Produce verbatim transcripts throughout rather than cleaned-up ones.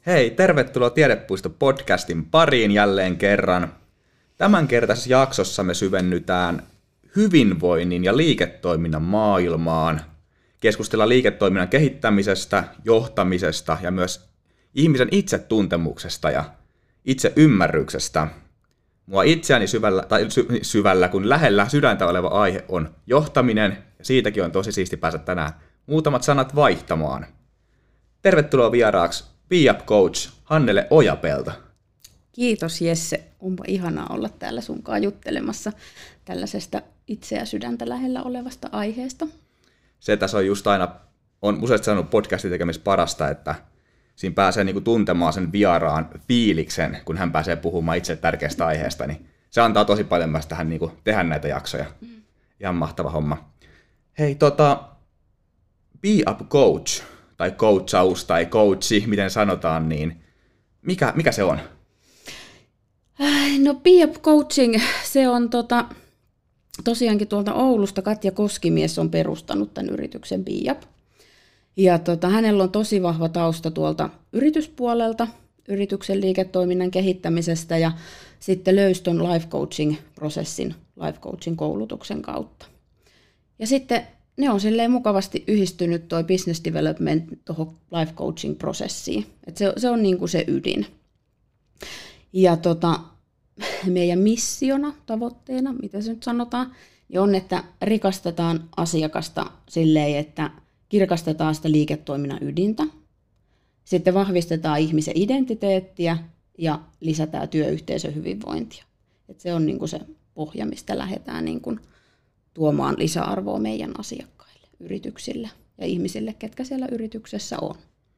Hei, tervetuloa Tiedepuisto-podcastin pariin jälleen kerran. Tämänkertaisessa jaksossa me syvennytään hyvinvoinnin ja liiketoiminnan maailmaan. Keskustellaan liiketoiminnan kehittämisestä, johtamisesta ja myös ihmisen itsetuntemuksesta ja itseymmärryksestä. Mua itseäni syvällä, tai sy, syvällä, kun lähellä sydäntä oleva aihe on johtaminen, ja siitäkin on tosi siisti päästä tänään muutamat sanat vaihtamaan. Tervetuloa vieraaksi B I A P-coach Hannele Ojapelto. Kiitos Jesse, onpa ihanaa olla täällä sunkaan juttelemassa tällaisesta itseä sydäntä lähellä olevasta aiheesta. Se tässä on just aina, on useasti sanonut podcastin tekemisessä parasta, että siinä pääsee niinku tuntemaan sen vieraan fiiliksen, kun hän pääsee puhumaan itse tärkeästä aiheesta, niin se antaa tosi paljon myös tähän niinku tehdä näitä jaksoja. Mm. Ihan mahtava homma. Hei, tota, B I A P-coach, tai coachaus, tai coachi, miten sanotaan, niin mikä, mikä se on? No B I A P-coaching, se on tota, tosiaankin tuolta Oulusta Katja Koskimies on perustanut tämän yrityksen B I A P. Ja tota, hänellä on tosi vahva tausta tuolta yrityspuolelta, yrityksen liiketoiminnan kehittämisestä ja sitten löysi ton life coaching-prosessin, life coaching-koulutuksen kautta. Ja sitten ne on silleen mukavasti yhdistynyt toi business development tuohon life coaching-prosessiin. Et se, se on niinku se ydin. Ja tota, meidän missiona, tavoitteena, mitä se nyt sanotaan, niin on, että rikastetaan asiakasta silleen, että kirkastetaan sitä liiketoiminnan ydintä, sitten vahvistetaan ihmisen identiteettiä ja lisätään työyhteisön hyvinvointia. Et se on niinku se pohja, mistä lähdetään niinku tuomaan lisäarvoa meidän asiakkaille, yrityksille ja ihmisille, ketkä siellä yrityksessä on.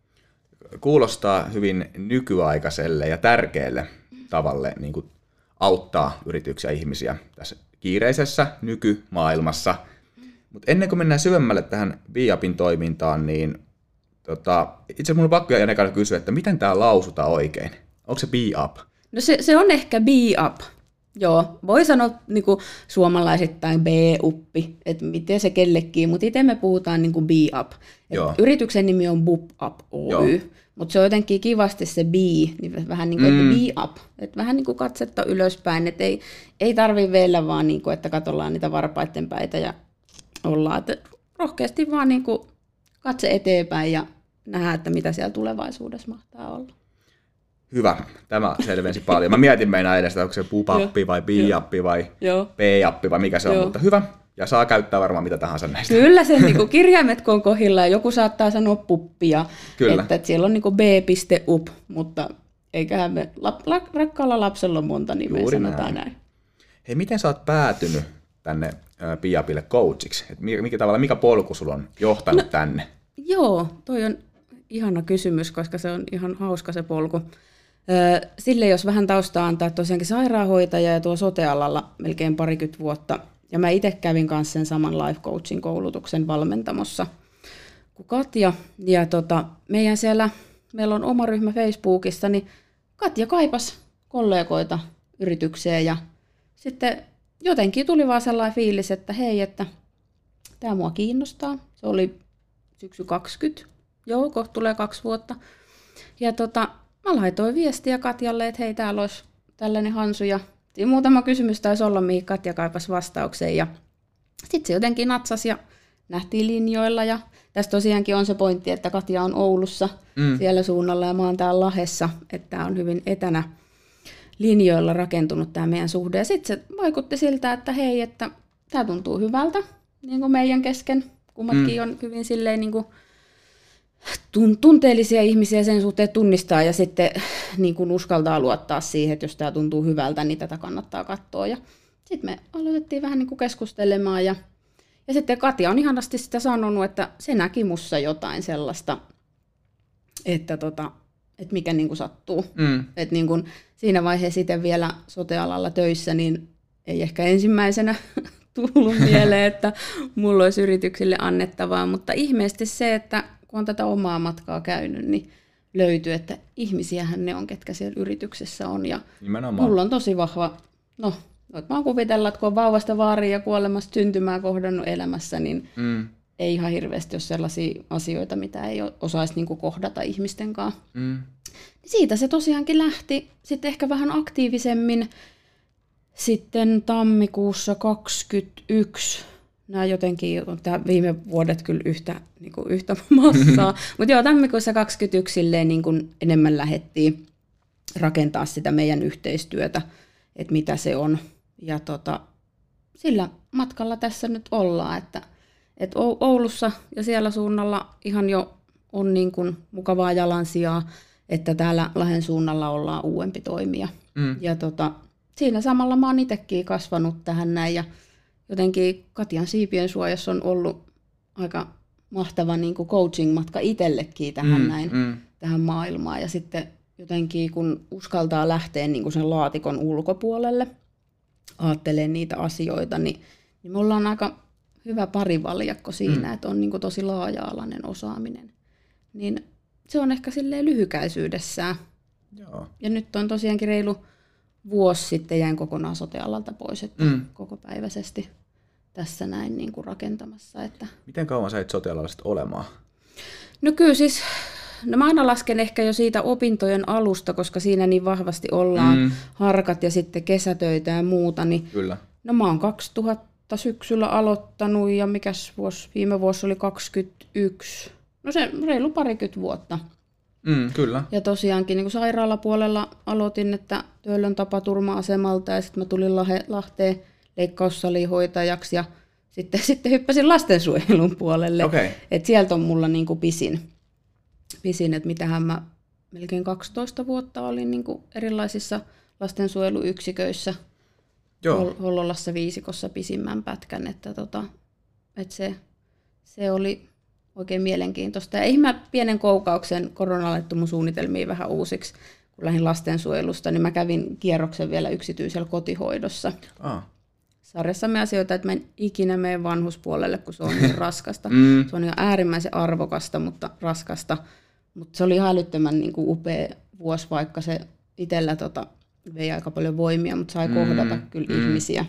Kuulostaa hyvin nykyaikaiselle ja tärkeälle tavalle niin kuin auttaa yrityksiä ja ihmisiä tässä kiireisessä nykymaailmassa. Mutta ennen kuin mennään syvemmälle tähän B I A P:n toimintaan, niin tota, itse minun on pakko aina kysyä, että miten tämä lausutaan oikein? Onko se B I A P? No se, se on ehkä B I A P. Joo, voi sanoa niin kuin suomalaisittain B-uppi, että miten se kellekin, mutta itse me puhutaan niin kuin B I A P. Yrityksen nimi on B U P A P Oy, mutta se on jotenkin kivasti se B, niin vähän niin kuin mm. B I A P, että vähän niin kuin katsetta ylöspäin, että ei, ei tarvitse vielä vaan, niin kuin, että katsellaan niitä varpaiden päitä ja ollaan, että rohkeasti vaan niin kuin katse eteenpäin ja nähdään, että mitä siellä tulevaisuudessa mahtaa olla. Hyvä, tämä selvensi paljon. Mä mietin meinaa edes, onko se B U P A P vai B I A P vai B I A P vai mikä se on, Joo. mutta hyvä. Ja saa käyttää varmaan mitä tahansa näistä. Kyllä se niin kuin kirjaimet kun on kohdilla ja joku saattaa sanoa puppia, että, että siellä on niin kuin B U P, mutta eiköhän me lap, la, rakkaalla lapsella on monta nimeä, Juuri sanotaan näin. näin. Hei, miten sä oot päätynyt tänne B I A P:lle coachiksi? Et mikä, tavalla, mikä polku sulla on johtanut no, tänne? Joo, toi on ihana kysymys, koska se on ihan hauska se polku. Sille jos vähän taustaa antaa, tosiaankin sairaanhoitaja ja tuo sote-alalla melkein parikymmentä vuotta. Ja mä itse kävin kanssa sen saman life coaching koulutuksen valmentamossa kuin Katja. Ja tota, meidän siellä, meillä on oma ryhmä Facebookissa, niin Katja kaipasi kollegoita yritykseen. Ja sitten jotenkin tuli vaan sellainen fiilis, että hei, että tämä mua kiinnostaa. Se oli syksy kaksikymmentä, joo, kohta tulee kaksi vuotta. Ja tota, mä laitoin viestiä Katjalle, että hei, täällä olisi tällainen Hansu. Ja muutama kysymys taisi olla, mihin Katja kaipasi vastaukseen. Ja sitten se jotenkin natsasi ja nähtiin linjoilla. Ja tässä tosiaankin on se pointti, että Katja on Oulussa mm. siellä suunnalla ja mä oon täällä Lahdessa. Että tämä on hyvin etänä linjoilla rakentunut tämä meidän suhde. Ja sitten se vaikutti siltä, että hei, että tämä tuntuu hyvältä niin kuin meidän kesken. Kummatkin mm. on hyvin silleen niin kuin tunteellisia ihmisiä sen suhteen tunnistaa ja sitten niin kun uskaltaa luottaa siihen, että jos tämä tuntuu hyvältä, niin tätä kannattaa katsoa. Ja sitten me aloitettiin vähän niin kuin keskustelemaan ja, ja sitten Katja on ihanasti sitä sanonut, että se näki mussa jotain sellaista, että, tota, että mikä niin kuin sattuu. Mm. Että niin kun siinä vaiheessa sitten vielä sote-alalla töissä, niin ei ehkä ensimmäisenä tullut mieleen, että mulla olisi yrityksille annettavaa, mutta ihmeesti se, että kun on tätä omaa matkaa käynyt, niin löytyy, että ihmisiähän ne on, ketkä siellä yrityksessä on. Ja Nimenomaan. Mulla on tosi vahva, no, voit vaan kuvitella, että kun on vauvasta vaariin ja kuolemasta syntymää kohdannut elämässä, niin mm. ei ihan hirveästi ole sellaisia asioita, mitä ei osaisi niinku kohdata ihmisten kanssa. Mm. Siitä se tosiaankin lähti sitten ehkä vähän aktiivisemmin sitten tammikuussa kaksikymmentäyksi. Nämä jotenkin, tämä viime vuodet kyllä yhtä, niin kuin yhtä massaa, mutta joo, tammikuussa kaksikymmentäyksi silleen niin kuin enemmän lähdettiin rakentaa sitä meidän yhteistyötä, että mitä se on. Ja tota, sillä matkalla tässä nyt ollaan, että, että Oulussa ja siellä suunnalla ihan jo on niin kuin mukavaa jalansijaa, että täällä Lahden suunnalla ollaan uudempi toimija. Mm. Ja tota, siinä samalla mä oon itsekin kasvanut tähän näin ja jotenkin Katjan siipien suojassa on ollut aika mahtava niin kuin coaching-matka itsellekin tähän, mm, näin, mm. tähän maailmaan. Ja sitten jotenkin kun uskaltaa lähteä niin kuin sen laatikon ulkopuolelle, ajattelee niitä asioita, niin, niin me ollaan aika hyvä parivaljakko siinä, mm. että on niin kuin tosi laaja-alainen osaaminen. Niin se on ehkä silleen lyhykäisyydessään. Joo. Ja nyt on tosiaankin reilu vuosi sitten jäin kokonaan sote-alalta pois, että mm. kokopäiväisesti tässä näin niin kuin rakentamassa. Että... Miten kauan sait sote-alalla sitten olemaan? No kyllä siis, no mä aina lasken ehkä jo siitä opintojen alusta, koska siinä niin vahvasti ollaan mm. harkat ja sitten kesätöitä ja muuta. Niin, kyllä. No mä oon kaksituhatta syksyllä aloittanut ja mikäs vuosi, viime vuosi oli kaksikymmentäyksi. No se reilu parikymmentä vuotta. Mm, kyllä. Ja tosiaankin niin kuin sairaalapuolella aloitin, että Töölön tapaturma-asemalta ja sitten mä tulin Lahteen leikkaussalihoitajaksi ja sitten, sitten hyppäsin lastensuojelun puolelle. Okay. Et sieltä on mulla niin kuin pisin, pisin että mitähän mä melkein kaksitoista vuotta olin niin kuin erilaisissa lastensuojeluyksiköissä. Joo. Hollolassa viisikossa pisimmän pätkän, että, tota, että se, se oli oikein mielenkiintoista. Ja eihän mä pienen koukauksen korona laittoi mun suunnitelmiin vähän uusiksi, kun lähdin lastensuojelusta, niin mä kävin kierroksen vielä yksityisellä kotihoidossa. Ah. Sarjassamme asioita, että mä en ikinä mene vanhuspuolelle, kun se on niin raskasta. mm. Se on ihan äärimmäisen arvokasta, mutta raskasta. Mutta se oli ihan älyttömän niin kuin upea vuosi, vaikka se itsellä tota, vei aika paljon voimia, mutta sai mm. kohdata kyllä mm. ihmisiä.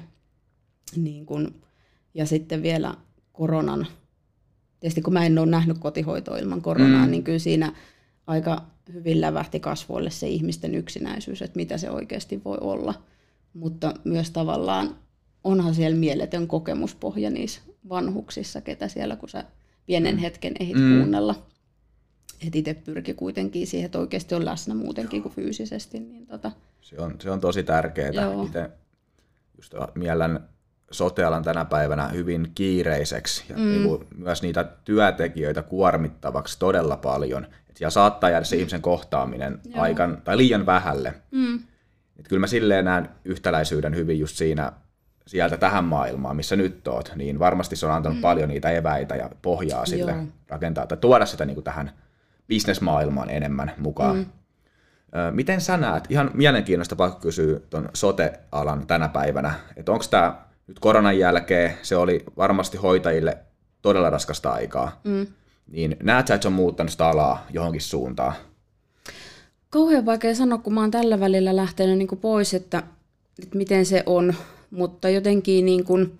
Niin kun, ja sitten vielä koronan. Tietysti kun mä en ole nähnyt kotihoitoa ilman koronaa, mm. niin kyllä siinä aika hyvin lävähti kasvoille se ihmisten yksinäisyys, että mitä se oikeasti voi olla. Mutta myös tavallaan onhan siellä mieletön kokemuspohja niissä vanhuksissa, ketä siellä, kun sä pienen hetken ehdit mm. kuunnella. Että itse pyrki kuitenkin siihen, että oikeasti on läsnä muutenkin kuin fyysisesti. Niin tota. se, on, se on tosi tärkeää. Itse just miellän sote-alan tänä päivänä hyvin kiireiseksi ja mm. niin kuin myös niitä työntekijöitä kuormittavaksi todella paljon. Et siellä saattaa jäädä se ihmisen kohtaaminen aikan, tai liian vähälle. Mm. Et kyllä mä silleen näen yhtäläisyyden hyvin just siinä sieltä tähän maailmaan, missä nyt oot, niin varmasti se on antanut mm. paljon niitä eväitä ja pohjaa sille Joo. rakentaa tai tuoda sitä niin kuin tähän bisnesmaailmaan enemmän mukaan. Mm. Miten sä näet, ihan mielenkiinnosta pakko kysyä tuon sote-alan tänä päivänä, että onko tämä nyt koronan jälkeen, se oli varmasti hoitajille todella raskasta aikaa, mm. niin näet sä, että se on muuttanut sitä alaa johonkin suuntaan? Kauhean vaikea sanoa, kun mä oon tällä välillä lähtenyt niin kuin pois, että, että miten se on, mutta jotenkin niin kuin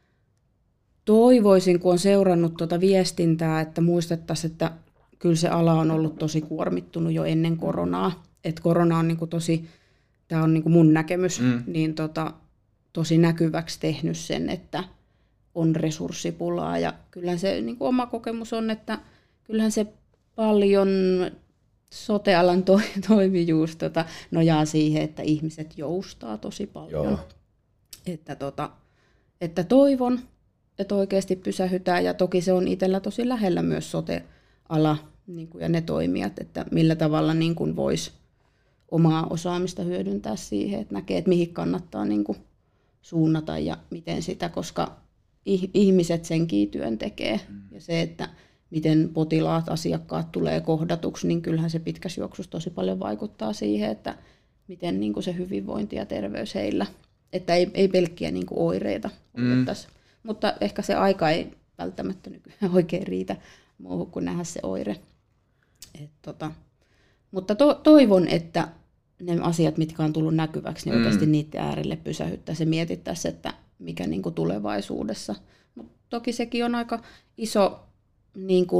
toivoisin, kun on seurannut tuota viestintää, että muistettaisiin, että kyllä se ala on ollut tosi kuormittunut jo ennen koronaa. Että korona on niin kuin tosi, tämä on niin kuin mun näkemys, mm. niin tota, tosi näkyväksi tehnyt sen, että on resurssipulaa. Ja kyllähän se niin kuin oma kokemus on, että kyllähän se paljon sote-alan to- toimijuus tota, nojaa siihen, että ihmiset joustaa tosi paljon. Joo. Että, tota, että toivon, että oikeasti pysähytään. Ja toki se on itsellä tosi lähellä myös sote-ala niin kuin, ja ne toimijat, että millä tavalla niin kuin voisi omaa osaamista hyödyntää siihen, että näkee, että mihin kannattaa niin kuin suunnata ja miten sitä, koska ihmiset senkin työn tekee. Mm. Ja se, että miten potilaat, asiakkaat tulee kohdatuksi, niin kyllähän se pitkässä juoksussa tosi paljon vaikuttaa siihen, että miten niin kuin se hyvinvointi ja terveys heillä, että ei, ei pelkkiä niin kuin oireita mm. Mutta ehkä se aika ei välttämättä nykyään oikein riitä muuhun kuin nähdä se oire. Et tota, mutta to, toivon, että ne asiat, mitkä on tullut näkyväksi, niin oikeasti mm. niiden äärelle pysähyttäisiin ja mietittäisiin, että mikä niin kuin tulevaisuudessa. Mut toki sekin on aika iso niin kuin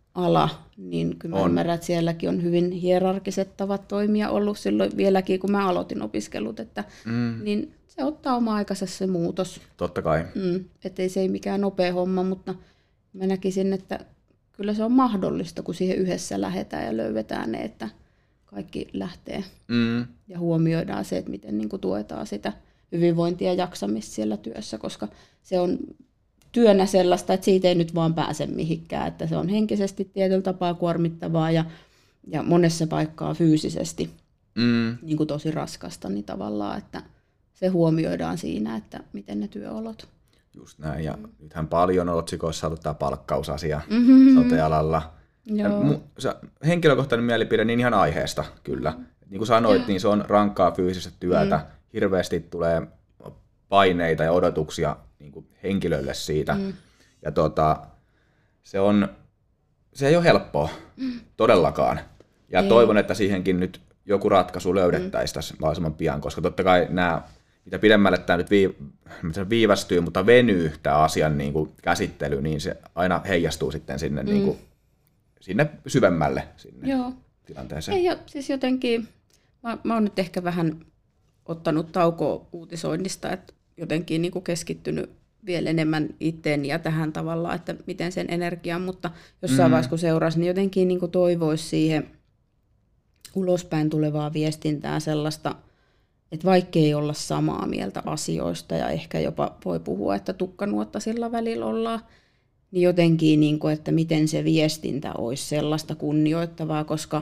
ala, niin kyllä mä On. ymmärrän, että sielläkin on hyvin hierarkiset tavat toimia ollut silloin vieläkin, kun mä aloitin opiskelut, että Mm. niin se ottaa oma aikansa se muutos. Totta kai. Mm, ettei se ei mikään nopea homma, mutta mä näkisin, että kyllä se on mahdollista, kun siihen yhdessä lähdetään ja löydetään ne, että kaikki lähtee Mm. ja huomioidaan se, että miten niin kuin tuetaan sitä hyvinvointia ja jaksamista siellä työssä, koska se on työnä sellaista, että siitä ei nyt vaan pääse mihinkään, että se on henkisesti tietyllä tapaa kuormittavaa ja, ja monessa paikkaa fyysisesti Mm. niin kuin tosi raskasta, niin tavallaan, että se huomioidaan siinä, että miten ne työolot. Just näin, ja nythän paljon otsikoissa on ollut tämä palkkausasia Mm-hmm. sote-alalla. Ja mu- se henkilökohtainen mielipide niin ihan aiheesta, kyllä. Niin kuin sanoit, niin se on rankkaa fyysistä työtä. Mm. Hirveästi tulee paineita ja odotuksia niin kuin henkilölle siitä. Mm. Ja tota, se, on, se ei ole helppoa, mm. todellakaan. Ja ei. Toivon, että siihenkin nyt joku ratkaisu löydettäisiin tässä mahdollisimman pian, koska totta kai nämä, mitä pidemmälle tämä nyt viivästyy, mutta venyy tämä asian niin kuin käsittely, niin se aina heijastuu sitten sinne, mm. niin kuin, sinne syvemmälle sinne Joo. tilanteeseen. Ei, ja siis jotenkin, mä, mä oon nyt ehkä vähän ottanut taukoa uutisoinnista, että jotenkin niin kuin keskittynyt vielä enemmän itteeni ja tähän tavallaan, että miten sen energian, mutta jossain mm. vaiheessa kun seurasi, niin jotenkin niin kuin toivoisi siihen ulospäin tulevaa viestintää sellaista, että vaikka ei olla samaa mieltä asioista ja ehkä jopa voi puhua, että tukkanuotta sillä välillä ollaan, niin jotenkin, niin kuin, että miten se viestintä olisi sellaista kunnioittavaa, koska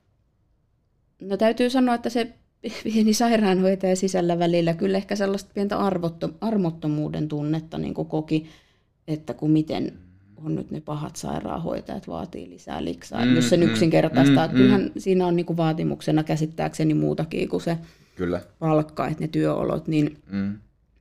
no täytyy sanoa, että se pieni sairaanhoitaja sisällä välillä kyllä ehkä sellaista pientä armottomuuden tunnetta niin kuin koki, että kun miten on nyt ne pahat sairaanhoitajat vaatii lisää liksaa. Mm, Jos sen yksinkertaistaa, mm, mm, kyllähän mm. siinä on niin kuin vaatimuksena käsittääkseni muutakin kuin se kyllä. palkka, että ne työolot, niin, mm.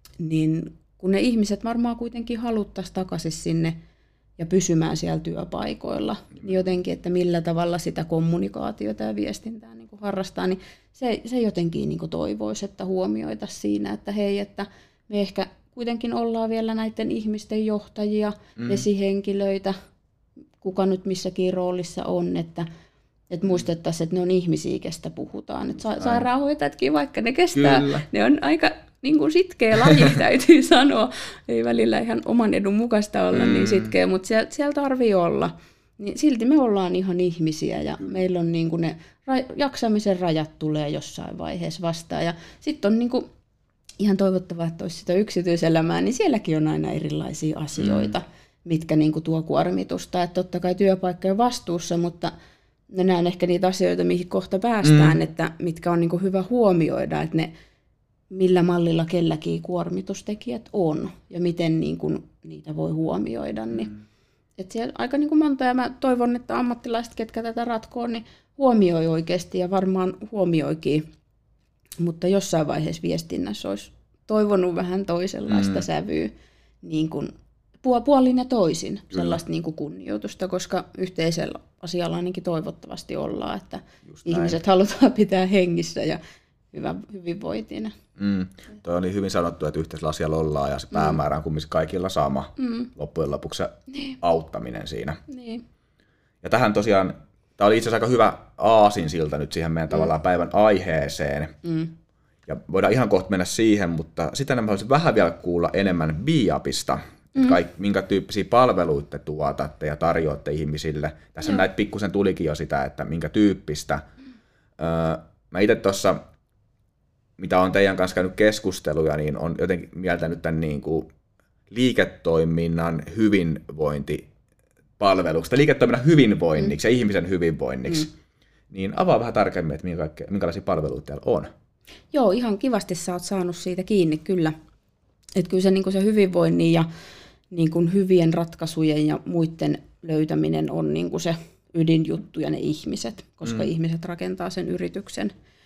niin kun ne ihmiset varmaan kuitenkin haluttaisiin takaisin sinne ja pysymään siellä työpaikoilla, niin jotenkin, että millä tavalla sitä kommunikaatiota ja viestintää niin kuin harrastaa, niin se, se jotenkin niin kuin toivoisi, että huomioitaisiin siinä, että hei, että me ehkä kuitenkin ollaan vielä näiden ihmisten johtajia, mm. esihenkilöitä, kuka nyt missäkin roolissa on, että, että muistettaisiin, että ne on ihmisiä, kestä puhutaan. Että sa- sairaanhoitajatkin, vaikka ne kestää, Kyllä. ne on aika niin kuin sitkeä laji, täytyy sanoa. Ei välillä ihan oman edun mukaista olla mm. niin sitkeä, mutta siellä, siellä tarvii olla. Niin silti me ollaan ihan ihmisiä ja mm. meillä on niin kuin ne ra- jaksamisen rajat tulee jossain vaiheessa vastaan. Ja sitten on niin kuin ihan toivottavaa, että olisi sitä yksityiselämää, niin sielläkin on aina erilaisia asioita, mm. mitkä niin kuin tuo kuormitusta. Että totta kai työpaikka on vastuussa, mutta ne näen ehkä niitä asioita, mihin kohta päästään, mm. että mitkä on niin kuin hyvä huomioida, että ne, millä mallilla kelläkin kuormitustekijät on ja miten niin kuin niitä voi huomioida. Niin. Mm. Että siellä aika niin kuin monta, ja mä toivon, että ammattilaiset, ketkä tätä ratkoo, niin huomioi oikeasti ja varmaan huomioikin. Mutta jossain vaiheessa viestinnässä olisi toivonut vähän toisenlaista mm. sävyä, niin kuin puolin ja toisin, Kyllä. sellaista niin kuin kunnioitusta, koska yhteisellä asialla ainakin toivottavasti ollaan, että Just ihmiset näin. halutaan pitää hengissä ja hyvä, hyvinvointina. Mm. Tuo oli hyvin sanottu, että yhteisellä asialla ollaan ja se päämäärä on kumminkin kaikilla sama. Mm. Loppujen lopuksi se niin. auttaminen siinä. Niin. Ja tähän tosiaan, tämä oli itse asiassa aika hyvä aasinsilta nyt siihen meidän mm. tavallaan päivän aiheeseen. Mm. Ja voidaan ihan kohta mennä siihen, mutta sitten mä haluaisin vähän vielä kuulla enemmän Biapista. Mm. Kaik, minkä tyyppisiä palveluita tuotatte ja tarjoatte ihmisille. Tässä näitä pikkusen tulikin jo sitä, että minkä tyyppistä. Mm. Öö, mä itse tuossa, mitä on teidän kanssa käynyt keskusteluja, niin on jotenkin mieltänyt tämän niin kuin liiketoiminnan hyvinvointipalveluksi, tai liiketoiminnan hyvinvoinniksi mm. ja ihmisen hyvinvoinniksi. Mm. Niin avaa vähän tarkemmin, että minkälaisia palveluita teillä on. Joo, ihan kivasti sä oot saanut siitä kiinni, kyllä. Että kyllä se, niin kuin se hyvinvoinnin ja niin kuin hyvien ratkaisujen ja muiden löytäminen on niin kuin se ydinjuttu ja ne ihmiset, koska mm. ihmiset rakentaa sen yrityksen.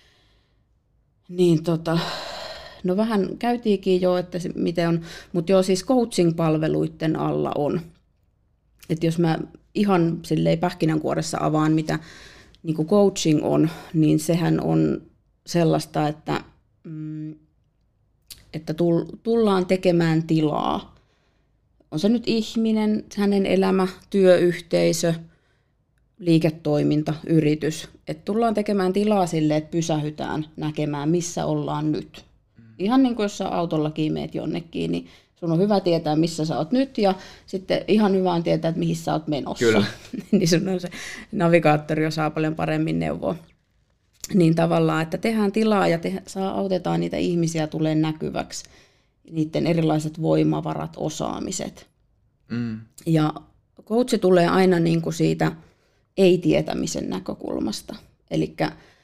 Niin tota, no vähän käytiinkin jo, että se, miten on, mutta joo siis coaching-palveluiden alla on. Että jos mä ihan silleen pähkinänkuoressa avaan, mitä niin kuin coaching on, niin sehän on sellaista, että, mm, että tullaan tekemään tilaa. On se nyt ihminen, hänen elämä, työyhteisö, liiketoiminta, yritys, että tullaan tekemään tilaa sille, että pysähytään näkemään, missä ollaan nyt. Ihan niin kuin jos sä autollakin meet jonnekin, niin sun on hyvä tietää, missä sä oot nyt, ja sitten ihan hyvä on tietää, että mihin sä oot menossa. Kyllä. Niin sun on se navigaattori osaa paljon paremmin neuvoa. Niin tavallaan, että tehdään tilaa ja te, saa, autetaan niitä ihmisiä tulee näkyväksi, niiden erilaiset voimavarat, osaamiset. Mm. Ja coachi tulee aina niin kuin siitä ei-tietämisen näkökulmasta. Eli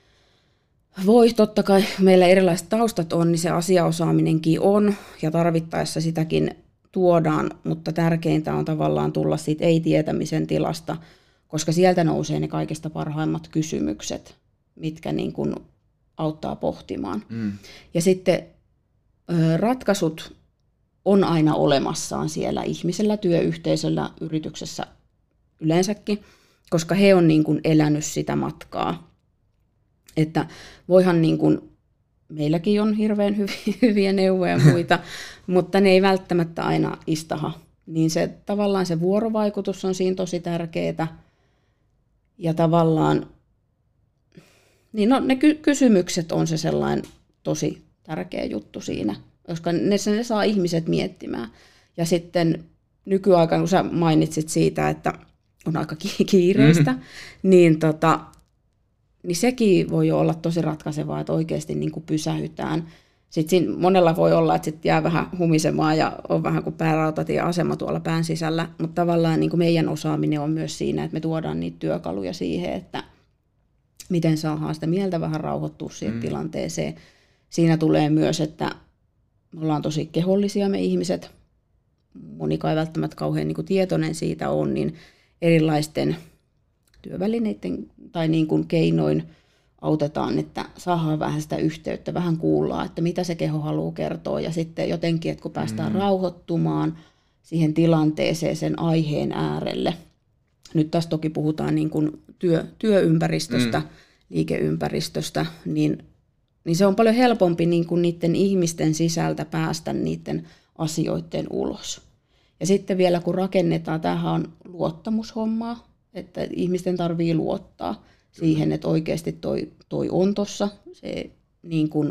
voi totta kai, meillä erilaiset taustat on, niin se asiaosaaminenkin on, ja tarvittaessa sitäkin tuodaan, mutta tärkeintä on tavallaan tulla siitä ei-tietämisen tilasta, koska sieltä nousee ne kaikista parhaimmat kysymykset, mitkä niin kuin auttaa pohtimaan. Mm. Ja sitten ratkaisut on aina olemassaan siellä ihmisellä, työyhteisöllä, yrityksessä yleensäkin, koska he on niin kuin elänyt sitä matkaa. Että voihan niin kuin, meilläkin on hirveän hyviä, hyviä neuvoja ja muita, mutta ne ei välttämättä aina istaha. Niin se tavallaan se vuorovaikutus on siinä tosi tärkeää. Ja tavallaan, niin no, ne ky- kysymykset on se sellainen tosi tärkeä juttu siinä, koska ne, ne saa ihmiset miettimään. Ja sitten nykyaikana, kun sä mainitsit siitä, että on aika kiireistä, mm-hmm. niin, tota, niin sekin voi olla tosi ratkaisevaa, että oikeasti niin kuin pysähytään. Sitten siinä monella voi olla, että sit jää vähän humisemaan ja on vähän kuin päärautatieasema tuolla pään sisällä, mutta tavallaan niin kuin meidän osaaminen on myös siinä, että me tuodaan niitä työkaluja siihen, että miten saadaan sitä mieltä vähän rauhoittua siihen mm. tilanteeseen. Siinä tulee myös, että me ollaan tosi kehollisia me ihmiset, monikaan ei välttämättä kauhean niin kuin tietoinen siitä on, niin erilaisten työvälineiden tai niin kuin keinoin autetaan, että saadaan vähän sitä yhteyttä, vähän kuullaan, että mitä se keho haluaa kertoa. Ja sitten jotenkin, että kun päästään mm. rauhoittumaan siihen tilanteeseen, sen aiheen äärelle. Nyt tässä toki puhutaan niin kuin työ, työympäristöstä, mm. liikeympäristöstä, niin, niin se on paljon helpompi niin kuin niiden ihmisten sisältä päästä niiden asioiden ulos. Ja sitten vielä kun rakennetaan, tämähän on luottamushommaa, että ihmisten tarvii luottaa siihen, että oikeasti toi, toi on tuossa se niin kuin,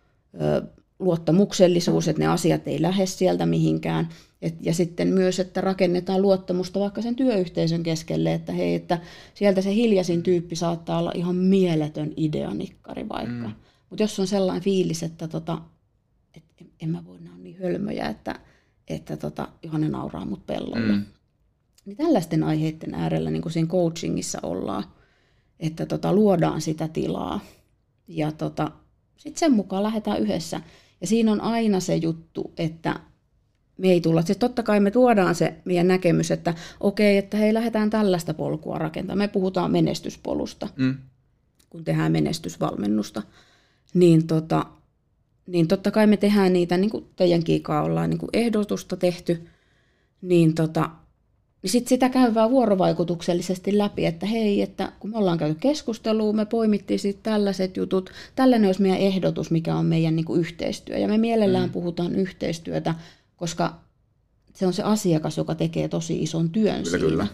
ö, luottamuksellisuus, että ne asiat ei lähde sieltä mihinkään. Et, ja sitten myös, että rakennetaan luottamusta vaikka sen työyhteisön keskelle, että hei, että sieltä se hiljaisin tyyppi saattaa olla ihan mieletön ideanikkari vaikka. Mm. Mutta jos on sellainen fiilis, että tota, et en, en mä voi, nämä on niin hölmöjä, että, että tota, ihan ne nauraa mut pellolle. Mm. Niin tällaisten aiheiden äärellä niin kuin siinä coachingissa ollaan, että tota, luodaan sitä tilaa ja tota, sitten sen mukaan lähdetään yhdessä. Ja siinä on aina se juttu, että me ei tulla, siis totta kai me tuodaan se meidän näkemys, että okei, että hei, lähdetään tällaista polkua rakentamaan. Me puhutaan menestyspolusta, mm. kun tehdään menestysvalmennusta. Niin, tota, niin totta kai me tehdään niitä, niin kuin teidänkin ollaan niin kuin ehdotusta tehty, niin tota, niin sitten sitä käyvää vuorovaikutuksellisesti läpi, että hei, että kun me ollaan käyty keskustelua, me poimittiin sitten tällaiset jutut, tällainen olisi meidän ehdotus, mikä on meidän niin kuin yhteistyö. Ja me mielellään mm. puhutaan yhteistyötä, koska se on se asiakas, joka tekee tosi ison työn kyllä, siinä. Kyllä.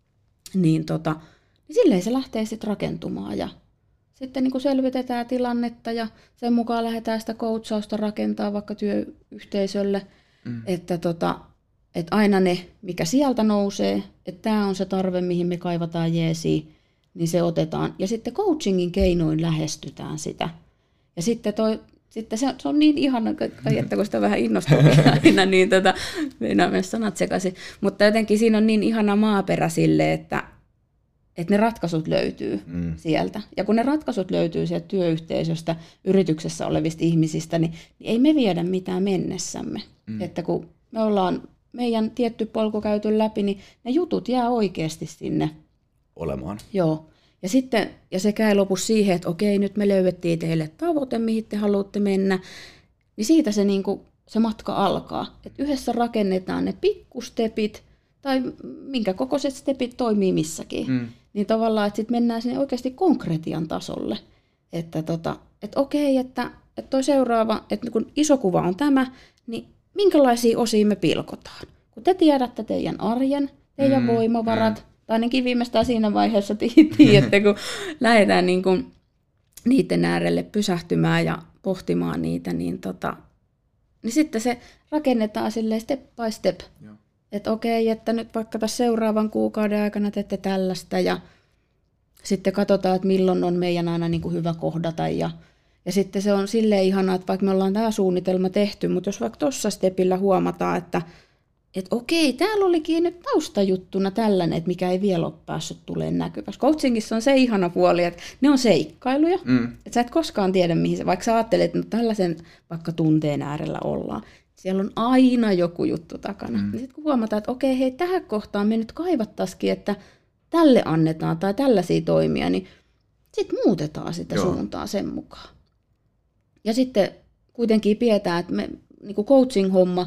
Niin, tota, niin silleen se lähtee sitten rakentumaan ja sitten niin kuin selvitetään tilannetta ja sen mukaan lähdetään sitä coachausta rakentaa vaikka työyhteisölle, mm. että tota, että aina ne, mikä sieltä nousee, että tämä on se tarve, mihin me kaivataan jeesiä, niin se otetaan. Ja sitten coachingin keinoin lähestytään sitä. Ja sitten, toi, sitten se, on, se on niin ihana, että kun sitä vähän innostuu aina, niin tota, meinaa myös sanat sekaisin. Mutta jotenkin siinä on niin ihana maaperä sille, että, että ne ratkaisut löytyy mm. sieltä. Ja kun ne ratkaisut löytyy sieltä työyhteisöstä, yrityksessä olevista ihmisistä, niin, niin ei me viedä mitään mennessämme. Mm. Että kun me ollaan meidän tietty polku käyty läpi, niin ne jutut jää oikeasti sinne olemaan. Joo. Ja sitten, ja sekä ei lopu siihen, että okei, nyt me löydettiin teille tavoite, mihin te haluatte mennä, niin siitä se, niin kuin, se matka alkaa. Että yhdessä rakennetaan ne pikkustepit, tai minkä kokoiset stepit toimii missäkin. Mm. Niin tavallaan, että sitten mennään sinne oikeasti konkretian tasolle. Että, tota, että okei, että, että toi seuraava, että kun iso kuva on tämä, niin minkälaisia osia me pilkotaan? Kun te tiedätte teidän arjen, teidän mm, voimavarat, mm. tai ainakin viimeistään siinä vaiheessa tiedätte, kun lähdetään niin kuin niiden äärelle pysähtymään ja pohtimaan niitä, niin, tota, niin sitten se rakennetaan silleen step by step. Että okei, että nyt vaikka tässä seuraavan kuukauden aikana teette tällaista ja sitten katsotaan, että milloin on meidän aina niin kuin hyvä kohdata. Ja, ja sitten se on silleen ihanaa, että vaikka me ollaan tämä suunnitelma tehty, mutta jos vaikka tuossa stepillä huomataan, että että okei, täällä olikin nyt taustajuttuna tällainen, että mikä ei vielä ole päässyt tulemaan näkyväksi. Coachingissa on se ihana puoli, että ne on seikkailuja. Mm. Että sä et koskaan tiedä, mihin se, vaikka sä ajattelet, että no tällaisen vaikka tunteen äärellä ollaan. Siellä on aina joku juttu takana. Mm. Ja sitten kun huomataan, että okei, hei, tähän kohtaan me nyt kaivattaisikin, että tälle annetaan tai tällaisia toimia, niin sitten muutetaan sitä Joo. suuntaa sen mukaan. Ja sitten kuitenkin pidetään, että me, niin kuin coaching-homma,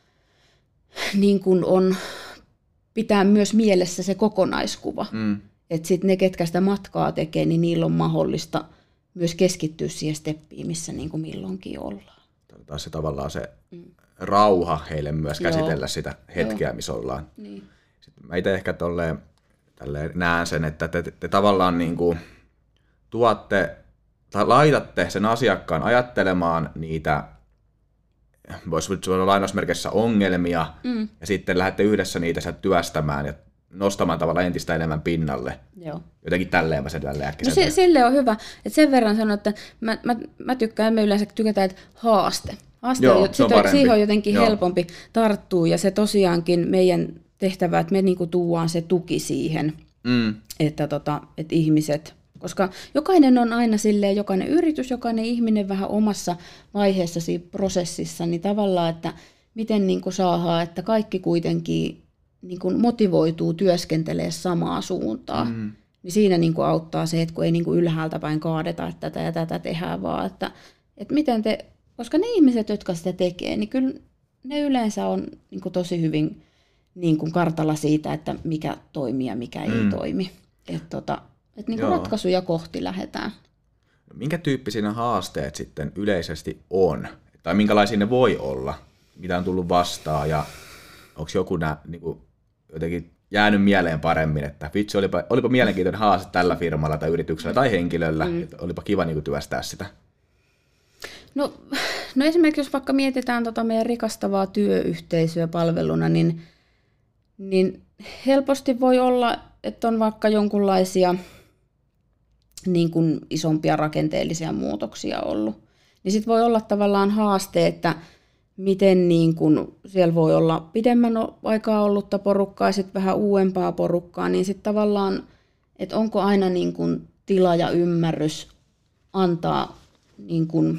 niin kun on, pitää myös mielessä se kokonaiskuva. Mm. Että sitten ne, ketkä sitä matkaa tekee, niin niillä on mahdollista myös keskittyä siihen steppiin, missä niin kuin milloinkin ollaan. Taas se tavallaan se mm. rauha heille myös Joo. käsitellä sitä hetkeä, Joo. missä ollaan. Niin. Sitten mä itse ehkä tolleen, tolleen näen sen, että te, te, te tavallaan niin kuin tuotte, tai laitatte sen asiakkaan ajattelemaan niitä voisi olla lainausmerkeissä ongelmia, mm. ja sitten lähdette yhdessä niitä työstämään ja nostamaan tavallaan entistä enemmän pinnalle. Joo. Jotenkin tälleen mä sen äkkiseltä. No se, sille on hyvä. Et sen verran sanon, että mä, mä, mä tykkään, me yleensä tykätään, että haaste. Haaste Joo, on, sit on siihen on jotenkin Joo. helpompi tarttua, ja se tosiaankin meidän tehtävä, että me niinku tuodaan se tuki siihen, mm. että, tota, että ihmiset... Koska jokainen on aina silleen, jokainen yritys, jokainen ihminen vähän omassa vaiheessa siinä prosessissa, niin tavallaan, että miten niin kuin saadaan, että kaikki kuitenkin niin kuin motivoituu työskentelemään samaa suuntaa. Mm. Niin siinä niin kuin auttaa se, että kun ei niin kuin ylhäältä päin kaadeta, että tätä ja tätä tehdään, vaan että, että miten te, koska ne ihmiset, jotka sitä tekee, niin kyllä ne yleensä on niin kuin tosi hyvin niin kuin kartalla siitä, että mikä toimii ja mikä mm. ei toimi. Että tota, Että niin ratkaisuja kohti lähdetään. Minkä tyyppisiä haasteet sitten yleisesti on? Tai minkälaisia ne voi olla? Mitä on tullut vastaan? Ja onko joku nää, niin kuin, jotenkin jäänyt mieleen paremmin? Että vitsi, olipa, olipa mielenkiintoinen haaste tällä firmalla tai yrityksellä tai henkilöllä. Mm. Että olipa kiva niin kuin, työstää sitä. No, no esimerkiksi jos vaikka mietitään tota meidän rikastavaa työyhteisöä palveluna, niin, niin helposti voi olla, että on vaikka jonkunlaisia niin kuin isompia rakenteellisia muutoksia ollut. Niin sitten voi olla tavallaan haaste, että miten niin kuin siellä voi olla pidemmän aikaa ollutta porukkaa ja sitten vähän uudempaa porukkaa, niin sitten tavallaan, että onko aina niin kuin tila ja ymmärrys antaa niin kuin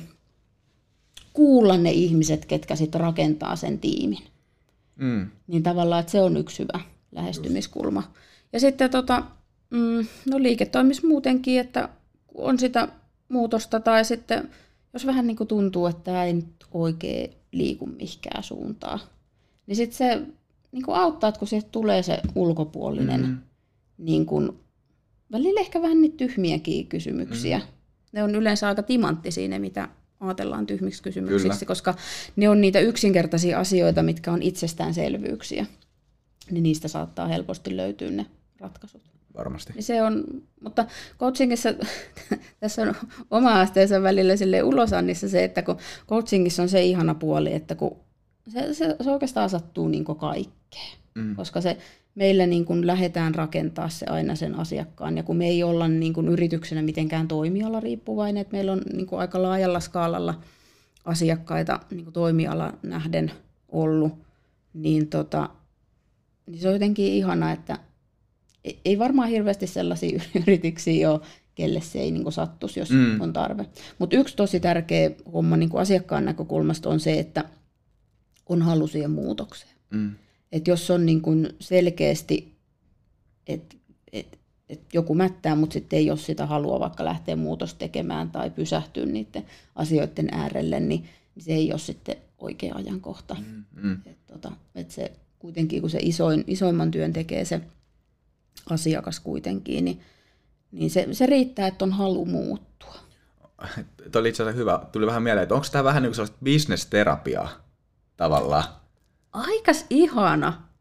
kuulla ne ihmiset, ketkä sitten rakentaa sen tiimin. Mm. Niin tavallaan, että se on yksi hyvä lähestymiskulma. Just. Ja sitten tota, mm, no liiketoimis muutenkin, että on sitä muutosta tai sitten jos vähän niin kuin tuntuu, että tämä ei nyt oikein liiku mihinkään suuntaan, niin sitten se niin kuin auttaa, että kun sieltä tulee se ulkopuolinen, mm-hmm. niin kuin, välillä ehkä vähän niitä tyhmiäkin kysymyksiä. Mm-hmm. Ne on yleensä aika timanttisia ne, mitä ajatellaan tyhmiksi kysymyksiksi, Kyllä. koska ne on niitä yksinkertaisia asioita, mitkä on itsestäänselvyyksiä. Niin niistä saattaa helposti löytyä ne ratkaisut. Varmasti. Ja se on, mutta coachingissa, tässä on oma asteensa välillä silleen ulosannissa se, että kun coachingissa on se ihana puoli, että kun se, se, se oikeastaan sattuu niin kuin kaikkeen. Mm. Koska se, meillä niin kuin lähdetään rakentaa se aina sen asiakkaan, ja kun me ei olla niin kuin yrityksenä mitenkään toimiala riippuvainen, että meillä on niin kuin aika laajalla skaalalla asiakkaita niin kuin toimiala nähden ollut, niin tota, niin se on jotenkin ihana, että ei varmaan hirveästi sellaisia yrityksiä ole, kelle se ei niin kuin sattuisi, jos mm. on tarve. Mutta yksi tosi tärkeä homma niin kuin asiakkaan näkökulmasta on se, että on halu siihen muutokseen. Mm. Et jos on niin kuin selkeästi, että et, et joku mättää, mutta sitten ei ole sitä halua vaikka lähteä muutos tekemään tai pysähtyä niiden asioiden äärelle, niin se ei ole sitten oikea ajankohta. Mm. Mm. Et tota, et se kuitenkin, kun se isoin, isoimman työn tekee se asiakas kuitenkin, niin, niin se, se riittää, että on halu muuttua. Tuo oli itse asiassa hyvä. Tuli vähän mieleen, että onko tämä vähän niin kuin sellaista business-terapiaa tavallaan? Aikas ihana.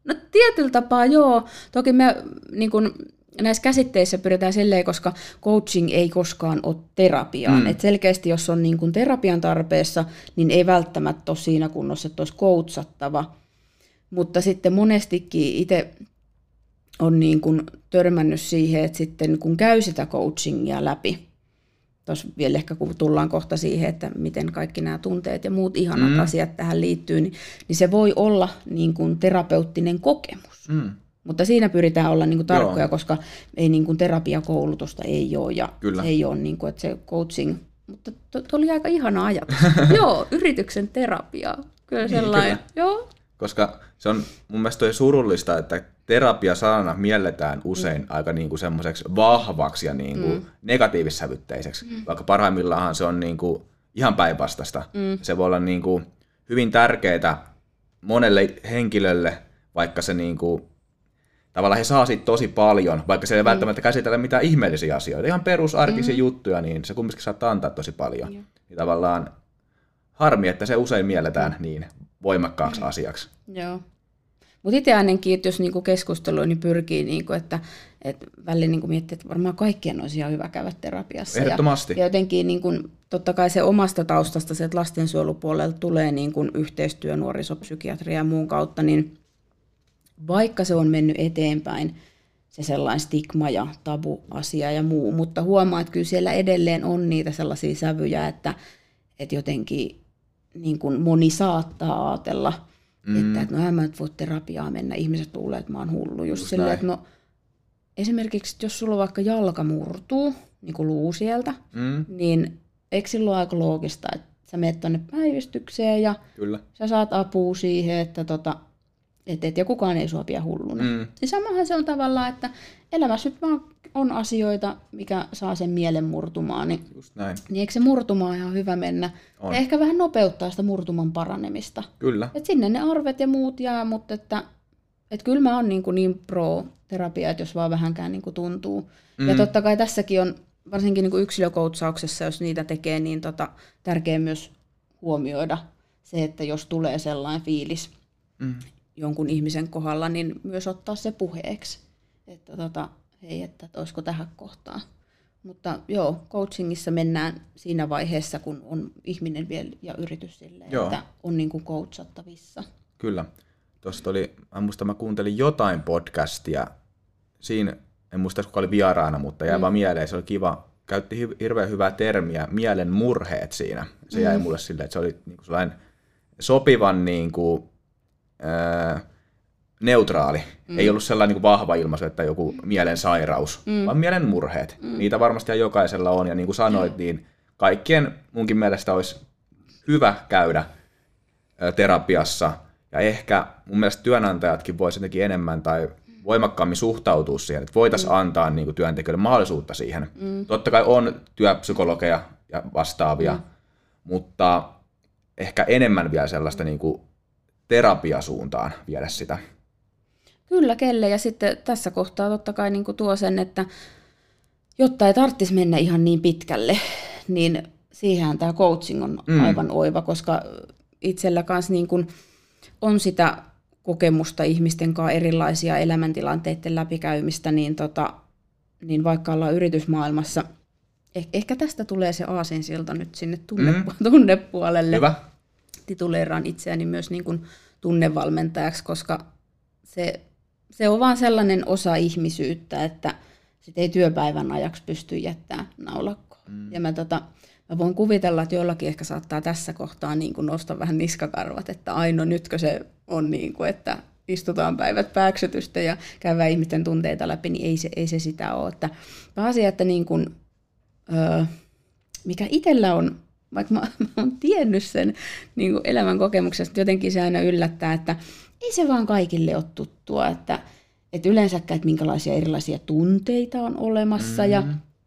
No tietyllä tapaa joo. Toki me niin kun, näissä käsitteissä pyritään silleen, koska coaching ei koskaan ole terapiaan. Mm. Et selkeästi jos on niin kun terapian tarpeessa, niin ei välttämättä ole siinä kunnossa, että olisi coachattava. Mutta sitten monestikin itse on niin kun törmännyt siihen, että sitten kun käy sitä coachingia läpi, tuossa vielä ehkä kun tullaan kohta siihen, että miten kaikki nämä tunteet ja muut ihanat mm. asiat tähän liittyy, niin, niin se voi olla niin kuin terapeuttinen kokemus. Mm. Mutta siinä pyritään olla niin kuin tarkkoja, Joo. koska ei niin kuin terapiakoulutusta ei ole ja Kyllä. ei ole niin kuin, että se coaching, mutta tuo oli aika ihana ajatus. Joo, yrityksen terapia. Kyllä sellainen. Niin, kyllä. Joo. Koska se on mun mielestä toi surullista, että terapia-sanana mielletään usein mm. aika niinku semmoiseksi vahvaksi ja niinku mm. negatiivissävytteiseksi, mm. vaikka parhaimmillaan se on niinku ihan päinvastaista. Mm. Se voi olla niinku hyvin tärkeää monelle henkilölle, vaikka se niinku, tavallaan he saa siitä tosi paljon, vaikka se ei mm. välttämättä käsitellä mitään ihmeellisiä asioita, ihan perusarkisia mm. juttuja, niin se kumminkin saattaa antaa tosi paljon. Mm. Niin tavallaan harmi, että se usein mielletään mm. niin voimakkaaksi mm. asiaksi. Joo. Mutta itse ainakin, jos niinku keskustelua, niin pyrkii, niinku, että et välillä niinku miettii, että varmaan kaikkien olisi ihan hyvä käydä terapiassa. Ehdottomasti. Ja, ja jotenkin niinku, totta kai se omasta taustasta, se, että lastensuojelupuolelta tulee niinku yhteistyö nuorisopsykiatria ja muun kautta, niin vaikka se on mennyt eteenpäin, se sellainen stigma ja tabu-asia ja muu, mutta huomaa, että kyllä siellä edelleen on niitä sellaisia sävyjä, että, että jotenkin niin kuin moni saattaa ajatella, mm. että, että no en mä nyt voi terapiaa mennä, ihmiset luulee, että mä oon hullu. Just, Just silleen, että no, esimerkiksi jos sulla vaikka jalka murtuu, niin kuin luu sieltä, mm. niin eikö silloin aika loogista, että sä menet tonne päivystykseen ja Kyllä. sä saat apua siihen, että tota, et, et, ja kukaan ei sua pidä hulluna. Mm. Niin samahan se on tavallaan, että elämässä nyt vaan on asioita, mikä saa sen mielen murtumaan, niin, Just näin. niin eikö se murtuma ole ihan hyvä mennä? On. Ja ehkä vähän nopeuttaa sitä murtuman paranemista. Kyllä. Et sinne ne arvet ja muut jää, mutta että, et kyllä mä oon niin, niin pro-terapia, että jos vaan vähänkään niin kuin tuntuu. Mm. Ja totta kai tässäkin on, varsinkin niin kuin yksilökoutsauksessa, jos niitä tekee, niin tota, tärkeää myös huomioida se, että jos tulee sellainen fiilis mm. jonkun ihmisen kohdalla, niin myös ottaa se puheeksi. Että tota, hei, että olisiko tähän kohtaan. Mutta joo, coachingissa mennään siinä vaiheessa, kun on ihminen vielä ja yritys silleen, joo. että on niin kuin coachattavissa. Kyllä. Tuosta oli, mä muistan, mä kuuntelin jotain podcastia. Siinä, en muista kuka oli vieraana, mutta jäi mm. vaan mieleen, se oli kiva. Käytti hirveän hyvää termiä, mielen murheet siinä. Se jäi mm. mulle silleen, että se oli niin kuin sellainen sopivan niin kuin, ää, neutraali. Mm. Ei ollut sellainen niin kuin vahva ilmaisu, että joku mielen sairaus, mm. vaan mielen murheet. Mm. Niitä varmasti ja jokaisella on. Ja niin kuin sanoit, niin kaikkien munkin mielestä olisi hyvä käydä terapiassa. Ja ehkä mun mielestä työnantajatkin voisivat jotenkin enemmän tai voimakkaammin suhtautua siihen, että voitaisiin mm. antaa niin kuin työntekijöille mahdollisuutta siihen. Mm. Totta kai on työpsykologeja ja vastaavia, mm. mutta ehkä enemmän vielä sellaista niin kuin terapiasuuntaan viedä sitä. Kyllä, kelle. Ja sitten tässä kohtaa totta kai niin kuin tuo sen, että jotta ei tarvitsisi mennä ihan niin pitkälle, niin siihen tämä coaching on mm. aivan oiva, koska itsellä kanssa niin kuin on sitä kokemusta ihmisten kanssa erilaisia elämäntilanteiden läpikäymistä, niin, tota, niin vaikka ollaan yritysmaailmassa, eh, ehkä tästä tulee se aasinsilta nyt sinne tunne, mm. tunnepuolelle. Hyvä. Tituleeraan itseäni myös niin kuin tunnevalmentajaksi, koska se, se on vaan sellainen osa ihmisyyttä, että sit ei työpäivän ajaksi pysty jättämään naulakkoon. Mm. Ja mä, tota, mä voin kuvitella, että jollakin ehkä saattaa tässä kohtaa niin kuin nostaa vähän niskakarvat, että aino nytkö se on niin kuin, että istutaan päivät pääksytystä ja käydään ihmisten tunteita läpi, niin ei se, ei se sitä ole. Että asia, että niin kuin, öö, mikä itsellä on, vaikka mä, mä oon tiennyt sen niin kuin elämän kokemuksesta, jotenkin se aina yllättää, että ei se vaan kaikille ole tuttua, että, että yleensäkään, että minkälaisia erilaisia tunteita on olemassa mm-hmm. ja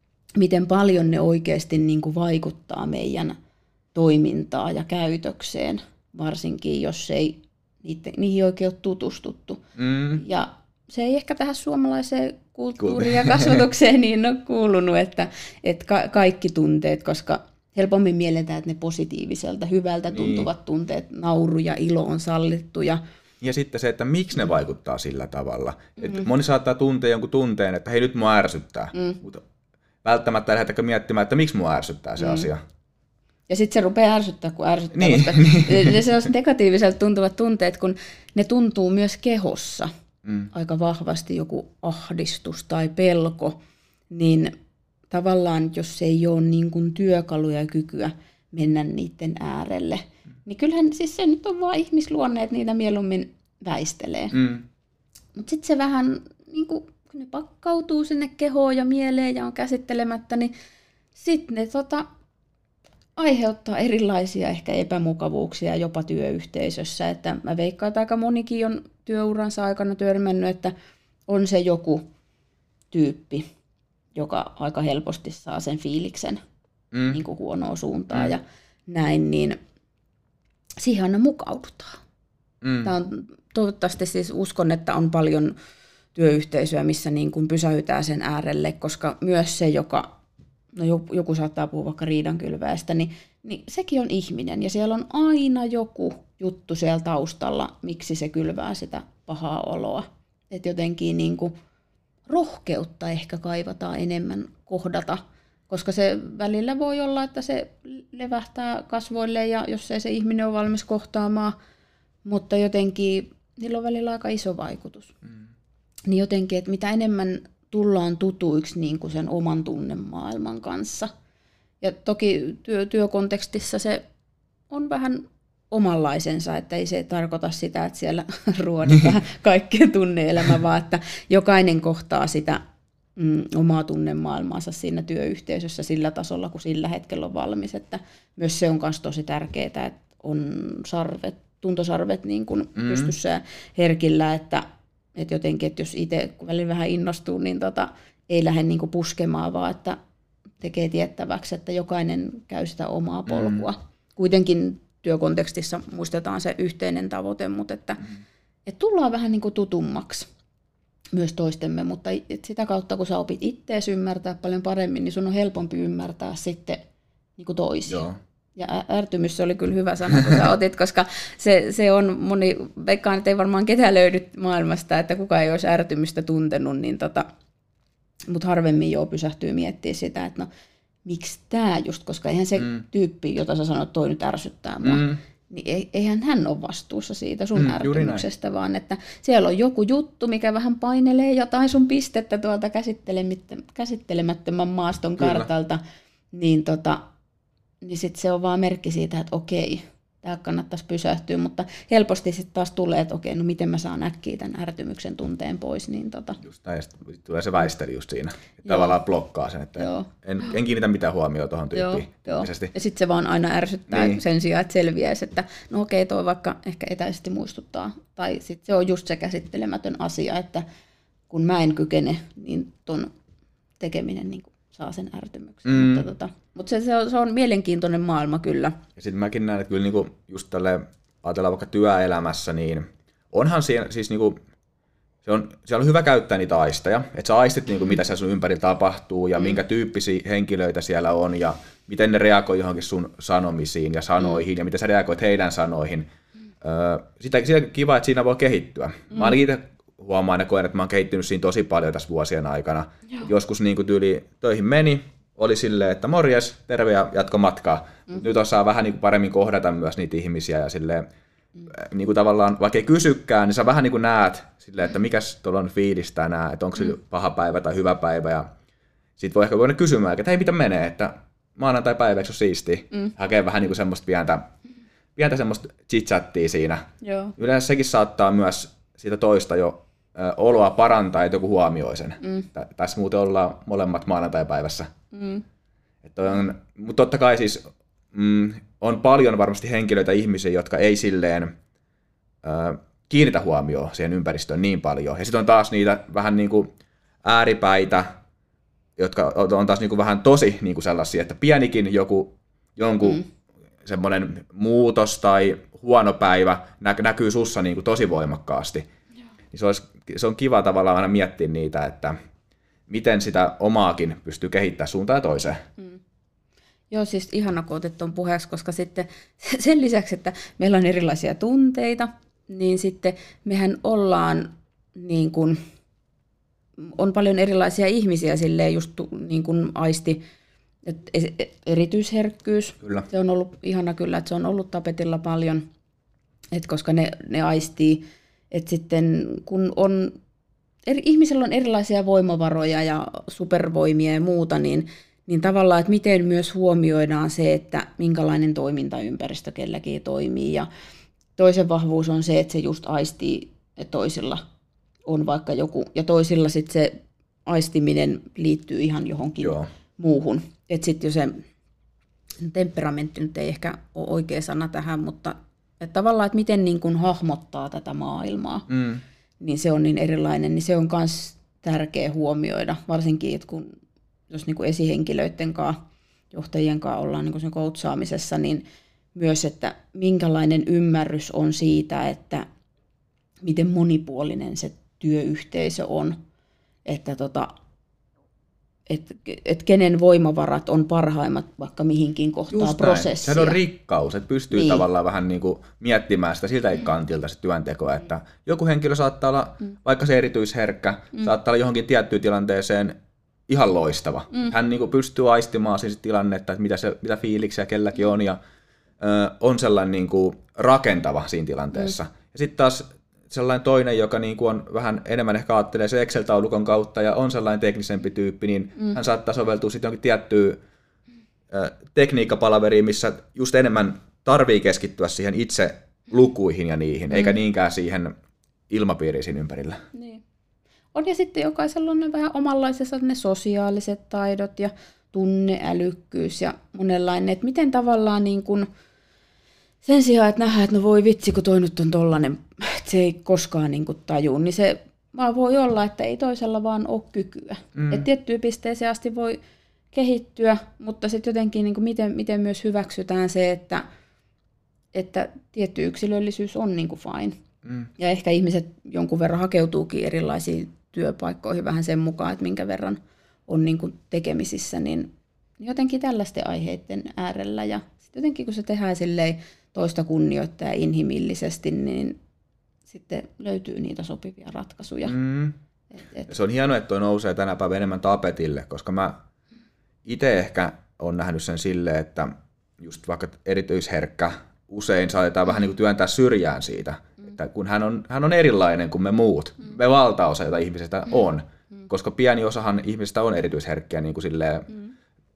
miten paljon ne oikeasti niin kuin vaikuttaa meidän toimintaan ja käytökseen, varsinkin jos ei niitä, niihin oikein ole tutustuttu. Mm. Ja se ei ehkä tähän suomalaiseen kulttuuriin ja kasvatukseen niin ole kuulunut, että, että ka- kaikki tunteet, koska helpommin mielletään, että ne positiiviselta, hyvältä tuntuvat niin. tunteet, nauru ja ilo on sallittu ja Ja sitten se, että miksi ne vaikuttaa sillä tavalla. Mm-hmm. Moni saattaa tuntea jonkun tunteen, että hei nyt mua ärsyttää, mm. mutta välttämättä lähdetäänkö miettimään, että miksi mua ärsyttää se mm. asia. Ja sitten se rupeaa ärsyttää, kun ärsyttää, niin, koska niin. ne sellaiset negatiiviselta tuntuvat tunteet, kun ne tuntuu myös kehossa mm. aika vahvasti, joku ahdistus tai pelko, niin tavallaan jos ei ole niin kuin työkaluja ja kykyä mennä niiden äärelle, mm. niin kyllähän siis se nyt on vaan ihmisluonne, että niitä mieluummin väistelee. Mm. Mutta sitten se vähän, niin kuin, kun ne pakkautuu sinne kehoon ja mieleen ja on käsittelemättä, niin sitten ne tota, aiheuttaa erilaisia ehkä epämukavuuksia jopa työyhteisössä. Että mä veikkaan, että aika monikin on työuransa aikana törmännyt, että on se joku tyyppi, joka aika helposti saa sen fiiliksen mm. niin kuin huonoa suuntaan mm. ja näin, niin siihen aina mukaudutaan. Mm. Tämä on, toivottavasti siis uskon, että on paljon työyhteisöä, missä niin kuin pysähytään sen äärelle, koska myös se, joka, no joku saattaa puhua vaikka riidankylväjästä, niin, niin sekin on ihminen ja siellä on aina joku juttu siellä taustalla, miksi se kylvää sitä pahaa oloa. Että jotenkin niin kuin rohkeutta ehkä kaivataan enemmän kohdata, koska se välillä voi olla, että se levähtää kasvoille ja jos ei se ihminen ole valmis kohtaamaan, mutta jotenkin niillä on välillä aika iso vaikutus. Mm. Niin jotenkin, että mitä enemmän tullaan tutuiksi niin kuin sen oman tunnemaailman kanssa. Ja toki työ, työkontekstissa se on vähän omanlaisensa, että ei se tarkoita sitä, että siellä ruoditaan kaikkea tunne-elämä, vaan että jokainen kohtaa sitä mm, omaa tunnemaailmaansa siinä työyhteisössä sillä tasolla, kun sillä hetkellä on valmis. Että myös se on myös tosi tärkeää, että on sarvet, tuntosarvet niin kuin mm. pystyssä ja herkillä, että, että jotenkin, että jos itse välillä vähän innostuu, niin tota, ei lähde niin kuin puskemaan, vaan että tekee tiettäväksi, että jokainen käy sitä omaa polkua. Mm. Kuitenkin työkontekstissa muistetaan se yhteinen tavoite, mutta että, mm. että tullaan vähän niin kuin tutummaksi myös toistemme, mutta sitä kautta, kun sä opit ittees ymmärtää paljon paremmin, niin sun on helpompi ymmärtää sitten niin kuin toisia. Joo. Ja ärtymys, se oli kyllä hyvä sana, kun sä otit, koska se, se on moni, veikkaan, että ei varmaan ketään löydy maailmasta, että kukaan ei olisi ärtymystä tuntenut, niin tota, mutta harvemmin jo pysähtyy miettimään sitä, että no miksi tämä just, koska eihän se mm. tyyppi, jota sä sanoit, toi nyt ärsyttää mua, mm. niin eihän hän ole vastuussa siitä sun mm, ärtymyksestä, vaan että siellä on joku juttu, mikä vähän painelee jotain sun pistettä tuolta käsittelemättömän maaston Kyllä. kartalta, niin tota, niin sitten se on vaan merkki siitä, että okei, tämä kannattaisi pysähtyä, mutta helposti sitten taas tulee, että okei, no miten mä saan äkkiä tämän ärtymyksen tunteen pois. Niin tota. Just näin, ja tulee se väistely just siinä, että tavallaan blokkaa sen, että en, en kiinnitä mitään huomioon tuohon tyyppiin. Joo, joo. Ja sitten se vaan aina ärsyttää niin. sen sijaan, että selviäisi, että no okei, toi vaikka ehkä etäisesti muistuttaa. Tai sitten se on just se käsittelemätön asia, että kun mä en kykene, niin ton tekeminen niin saa sen ärtymyksen. Mm. Mutta, tota, mutta se, se, on, se on mielenkiintoinen maailma kyllä. Ja sitten mäkin näen, että kyllä niinku just tälle ajatellaan vaikka työelämässä, niin onhan siellä siis niinku, se on, siellä on hyvä käyttää niitä aisteja, että sä aistit niinku, mitä siellä sun ympärillä tapahtuu ja mm. minkä tyyppisiä henkilöitä siellä on ja miten ne reagoi johonkin sun sanomisiin ja sanoihin mm. ja miten sä reagoit heidän sanoihin. Mm. Öö, sitä, sitä on kiva, että siinä voi kehittyä. Mm. Mä ainakin itse huomaan ja koen, että mä oon kehittynyt siinä tosi paljon tässä vuosien aikana. Joo. Joskus niin kuin tyyli töihin meni, oli silleen, että morjes, terve ja jatko matkaa. Mm. Nyt osaa vähän niin kuin paremmin kohdata myös niitä ihmisiä ja silleen, mm. niin kuin tavallaan, vaikka ei kysykään, niin sä vähän niin kuin näet silleen, että mikäs tuolla on fiilis tänään, että onko se mm. paha päivä tai hyvä päivä. Ja sit voi ehkä voida kysymään, että hei, mitä menee, että maanantai-päivä, eikö se ole siistiä? Mm. Hakee vähän niin kuin semmoista pientä, pientä semmoista chit-chattia siinä. Joo. Yleensä sekin saattaa myös siitä toista jo oloa parantaa, että joku huomioi sen. Mm. Tässä muuten ollaan molemmat maanantai-päivässä. Mm. Mutta totta kai siis mm, on paljon varmasti henkilöitä, ihmisiä, jotka ei silleen äh, kiinnitä huomioon siihen ympäristöön niin paljon. Ja sitten on taas niitä vähän niin kuin ääripäitä, jotka on taas niin kuin vähän tosi niin kuin sellaisia, että pienikin joku, jonkun mm. semmoinen muutos tai huono päivä nä- näkyy sussa niin kuin tosi voimakkaasti. Niin se, olisi, se on kiva tavallaan aina miettiä niitä, että miten sitä omaakin pystyy kehittämään suuntaan ja toiseen. Mm. Joo, siis ihana kun otit tuon puheeksi, koska sitten sen lisäksi, että meillä on erilaisia tunteita, niin sitten mehän ollaan, niin kuin, on paljon erilaisia ihmisiä silleen just niin kuin aisti, että erityisherkkyys, Kyllä. Se on ollut ihana kyllä, että se on ollut tapetilla paljon, että koska ne, ne aistii, että sitten kun on, eri, ihmisillä on erilaisia voimavaroja ja supervoimia ja muuta, niin, niin tavallaan, että miten myös huomioidaan se, että minkälainen toimintaympäristö kelläkin toimii. Ja toisen vahvuus on se, että se just aistii, että toisilla on vaikka joku, ja toisilla sitten se aistiminen liittyy ihan johonkin Joo. muuhun. Että sitten jo se temperamentti nyt ei ehkä ole oikea sana tähän, mutta että tavallaan, että miten niin kuin hahmottaa tätä maailmaa, mm. niin se on niin erilainen, niin se on myös tärkeä huomioida, varsinkin, että kun jos niin kuin esihenkilöiden kanssa, johtajien kanssa ollaan niin kuin sen coachaamisessa, niin myös, että minkälainen ymmärrys on siitä, että miten monipuolinen se työyhteisö on, että tota, että et kenen voimavarat on parhaimmat vaikka mihinkin kohtaan prosessia. Se on rikkaus, että pystyy niin. tavallaan vähän niin kuin miettimään sitä siltä mm. kantilta se työntekoa, että joku henkilö saattaa olla, mm. vaikka se erityisherkkä, mm. saattaa olla johonkin tiettyyn tilanteeseen ihan loistava. Mm. Hän niin kuin pystyy aistimaan siis tilannetta, että mitä, se, mitä fiiliksiä kelläkin on, ja ö, on sellainen niin kuin rakentava siinä tilanteessa. Mm. Ja sitten taas sellainen toinen, joka niin kuin on vähän enemmän ehkä ajattelee se Excel-taulukon kautta ja on sellainen teknisempi tyyppi, niin mm. hän saattaa soveltua sitten jonkin tiettyyn ö, tekniikkapalaveriin, missä just enemmän tarvii keskittyä siihen itse lukuihin ja niihin, mm. eikä niinkään siihen ilmapiiriin siinä ympärillä. Niin. On ja sitten jokaisella on ne vähän omanlaisensa ne sosiaaliset taidot ja tunneälykkyys ja monenlainen, että miten tavallaan niin kuin sen sijaan, että nähdään, että no voi vitsi, kun toi nyt on tollainen, että se ei koskaan niin kuin tajuu, niin se vaan voi olla, että ei toisella vaan ole kykyä. Mm. Että tiettyyn pisteeseen asti voi kehittyä, mutta sitten jotenkin niin kuin miten, miten myös hyväksytään se, että, että tietty yksilöllisyys on niin kuin fine. Mm. Ja ehkä ihmiset jonkun verran hakeutuukin erilaisiin työpaikkoihin vähän sen mukaan, että minkä verran on niin kuin tekemisissä, niin jotenkin tällaisten aiheiden äärellä. Ja sitten jotenkin kun se tehdään silleen toista kunnioittaa inhimillisesti, niin sitten löytyy niitä sopivia ratkaisuja. Mm. Et, et. Se on hienoa, että tuo nousee tänä päivänä enemmän tapetille, koska mä itse ehkä olen nähnyt sen silleen, että just vaikka erityisherkkä usein saatetaan vähän niin kuin työntää syrjään siitä, mm. että kun hän on, hän on erilainen kuin me muut, mm. me valtaosa, jota ihmisistä mm. on, mm. koska pieni osahan ihmisistä on erityisherkkiä niin kuin silleen, mm.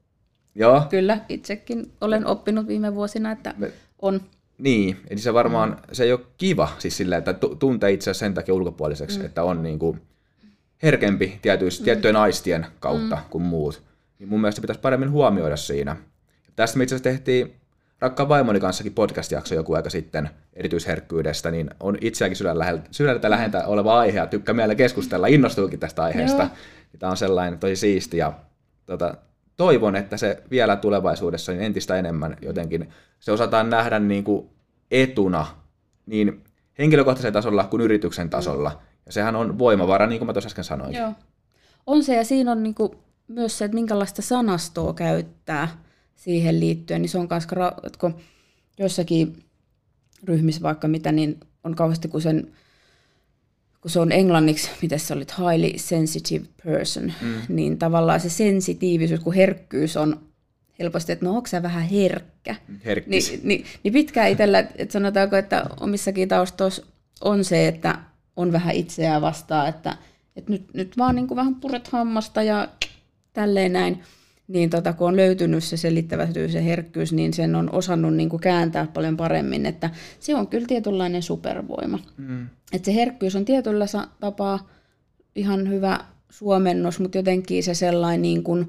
Joo. Kyllä, itsekin olen oppinut viime vuosina, että me, on. Niin, eli se varmaan, mm. se ei ole kiva siis silleen, että tuntee itse sen takia ulkopuoliseksi, mm. että on niin kuin herkempi tietyis, mm. tiettyjen aistien kautta mm. kuin muut. Niin mun mielestä pitäisi paremmin huomioida siinä. Tästä me itse asiassa tehtiin rakkaan vaimoni kanssakin podcast-jakso joku aika sitten erityisherkkyydestä, niin on itseäkin sydäntä lähentä oleva aihe ja tykkää mielellä keskustella, innostuukin tästä aiheesta. Tämä on sellainen tosi siisti ja tota, toivon, että se vielä tulevaisuudessa niin entistä enemmän jotenkin se osataan nähdä niin kuin etuna niin henkilökohtaisen tasolla kuin yrityksen tasolla. Ja sehän on voimavara, niin kuin mä tuossa äsken sanoin. Joo. On se, ja siinä on niin kuin myös se, että minkälaista sanastoa käyttää siihen liittyen, niin se on myös, että kun jossakin ryhmissä vaikka mitä, niin on kauheasti, kun, sen, kun se on englanniksi, miten se olit, highly sensitive person, mm. niin tavallaan se sensitiivisuus, kun herkkyys on helposti, että no onko sä vähän herkkä, Herkkis. Ni, niin, niin pitkään itsellä, että sanotaanko, että omissakin taustoissa on se, että on vähän itseään vastaan, että, että nyt, nyt vaan niin kuin vähän puret hammasta ja tälleen näin. Niin tota, kun on löytynyt se selittävätyys ja herkkyys, niin sen on osannut niin kuin kääntää paljon paremmin, että se on kyllä tietynlainen supervoima. Mm. Että se herkkyys on tietyllä tapaa ihan hyvä suomennos, mutta jotenkin se sellainen niin kuin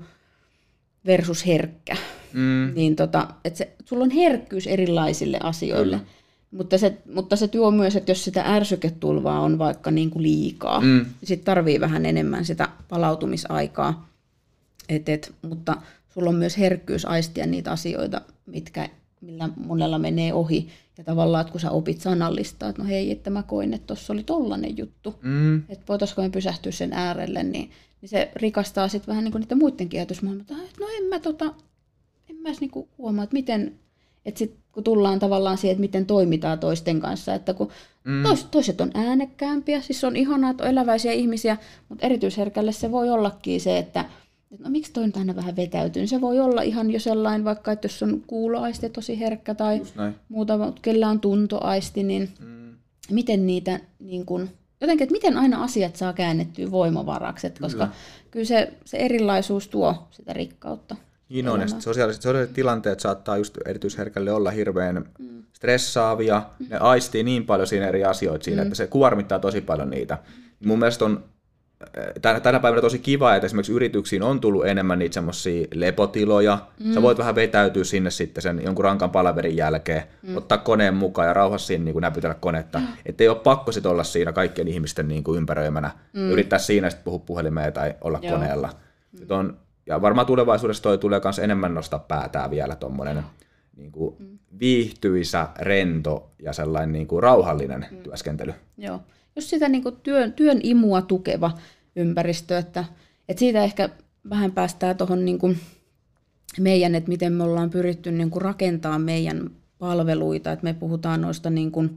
versus herkkä. Mm. Niin tota, että se, sulla on herkkyys erilaisille asioille, mutta se, mutta se tuo myös, että jos sitä ärsyketulvaa on vaikka niin kuin liikaa, mm. niin sitten tarvii vähän enemmän sitä palautumisaikaa. Et, et, mutta sulla on myös herkkyys aistia niitä asioita, mitkä, millä monella menee ohi. Ja tavallaan, että kun sä opit sanallistaa, että no hei, että mä koin, että tuossa oli tollainen juttu, mm. että voitaisiko me pysähtyä sen äärelle, niin, niin se rikastaa sitten vähän niin kuin niiden muidenkin ajatusmaailmaa, että no en mä, tota, en mä niin kuin huomaa, että miten, että sit kun tullaan tavallaan siihen, että miten toimitaan toisten kanssa, että kun Mm. Toiset, toiset on äänekkäämpiä, siis on ihanaa, että on eläväisiä ihmisiä, mutta erityisherkälle se voi ollakin se, että no miksi toi nyt aina vähän vetäytyy. Se voi olla ihan jo sellainen, vaikka että jos on kuuloaisti tosi herkkä tai muuta, mutta kellä on tuntoaisti, niin mm. miten niitä, niin kun, jotenkin, että miten aina asiat saa käännettyä voimavaraksi, että koska kyllä, kyllä se, se erilaisuus tuo sitä rikkautta. Niin on, ja sosiaaliset, sosiaaliset tilanteet saattaa just erityisherkälle olla hirveän mm. stressaavia, mm. ne aistii niin paljon siinä eri asioita siinä, mm. että se kuormittaa tosi paljon niitä. Mun mielestä on tänä päivänä tosi kiva, että esimerkiksi yrityksiin on tullut enemmän niitä semmoisia lepotiloja. Mm. Sä voit vähän vetäytyä sinne sitten sen jonkun rankan palaverin jälkeen, mm. ottaa koneen mukaan ja rauhassa siinä niin kuin näpytellä konetta. Mm. Että ei ole pakko sit olla siinä kaikkien ihmisten niin kuin ympäröimänä. Mm. Yrittää siinä sitten puhua puhelimeen tai olla Joo. koneella. Mm. On, ja varmaan tulevaisuudessa toi tulee myös enemmän nostaa päätään vielä tuommoinen niin kuin mm. viihtyisä, rento ja sellainen niin kuin rauhallinen mm. työskentely. Joo. Just sitä niin kuin työn, työn imua tukeva ympäristö, että, että siitä ehkä vähän päästään tuohon niin kuin meidän, että miten me ollaan pyritty niin kuin rakentamaan meidän palveluita, että me puhutaan noista niin kuin,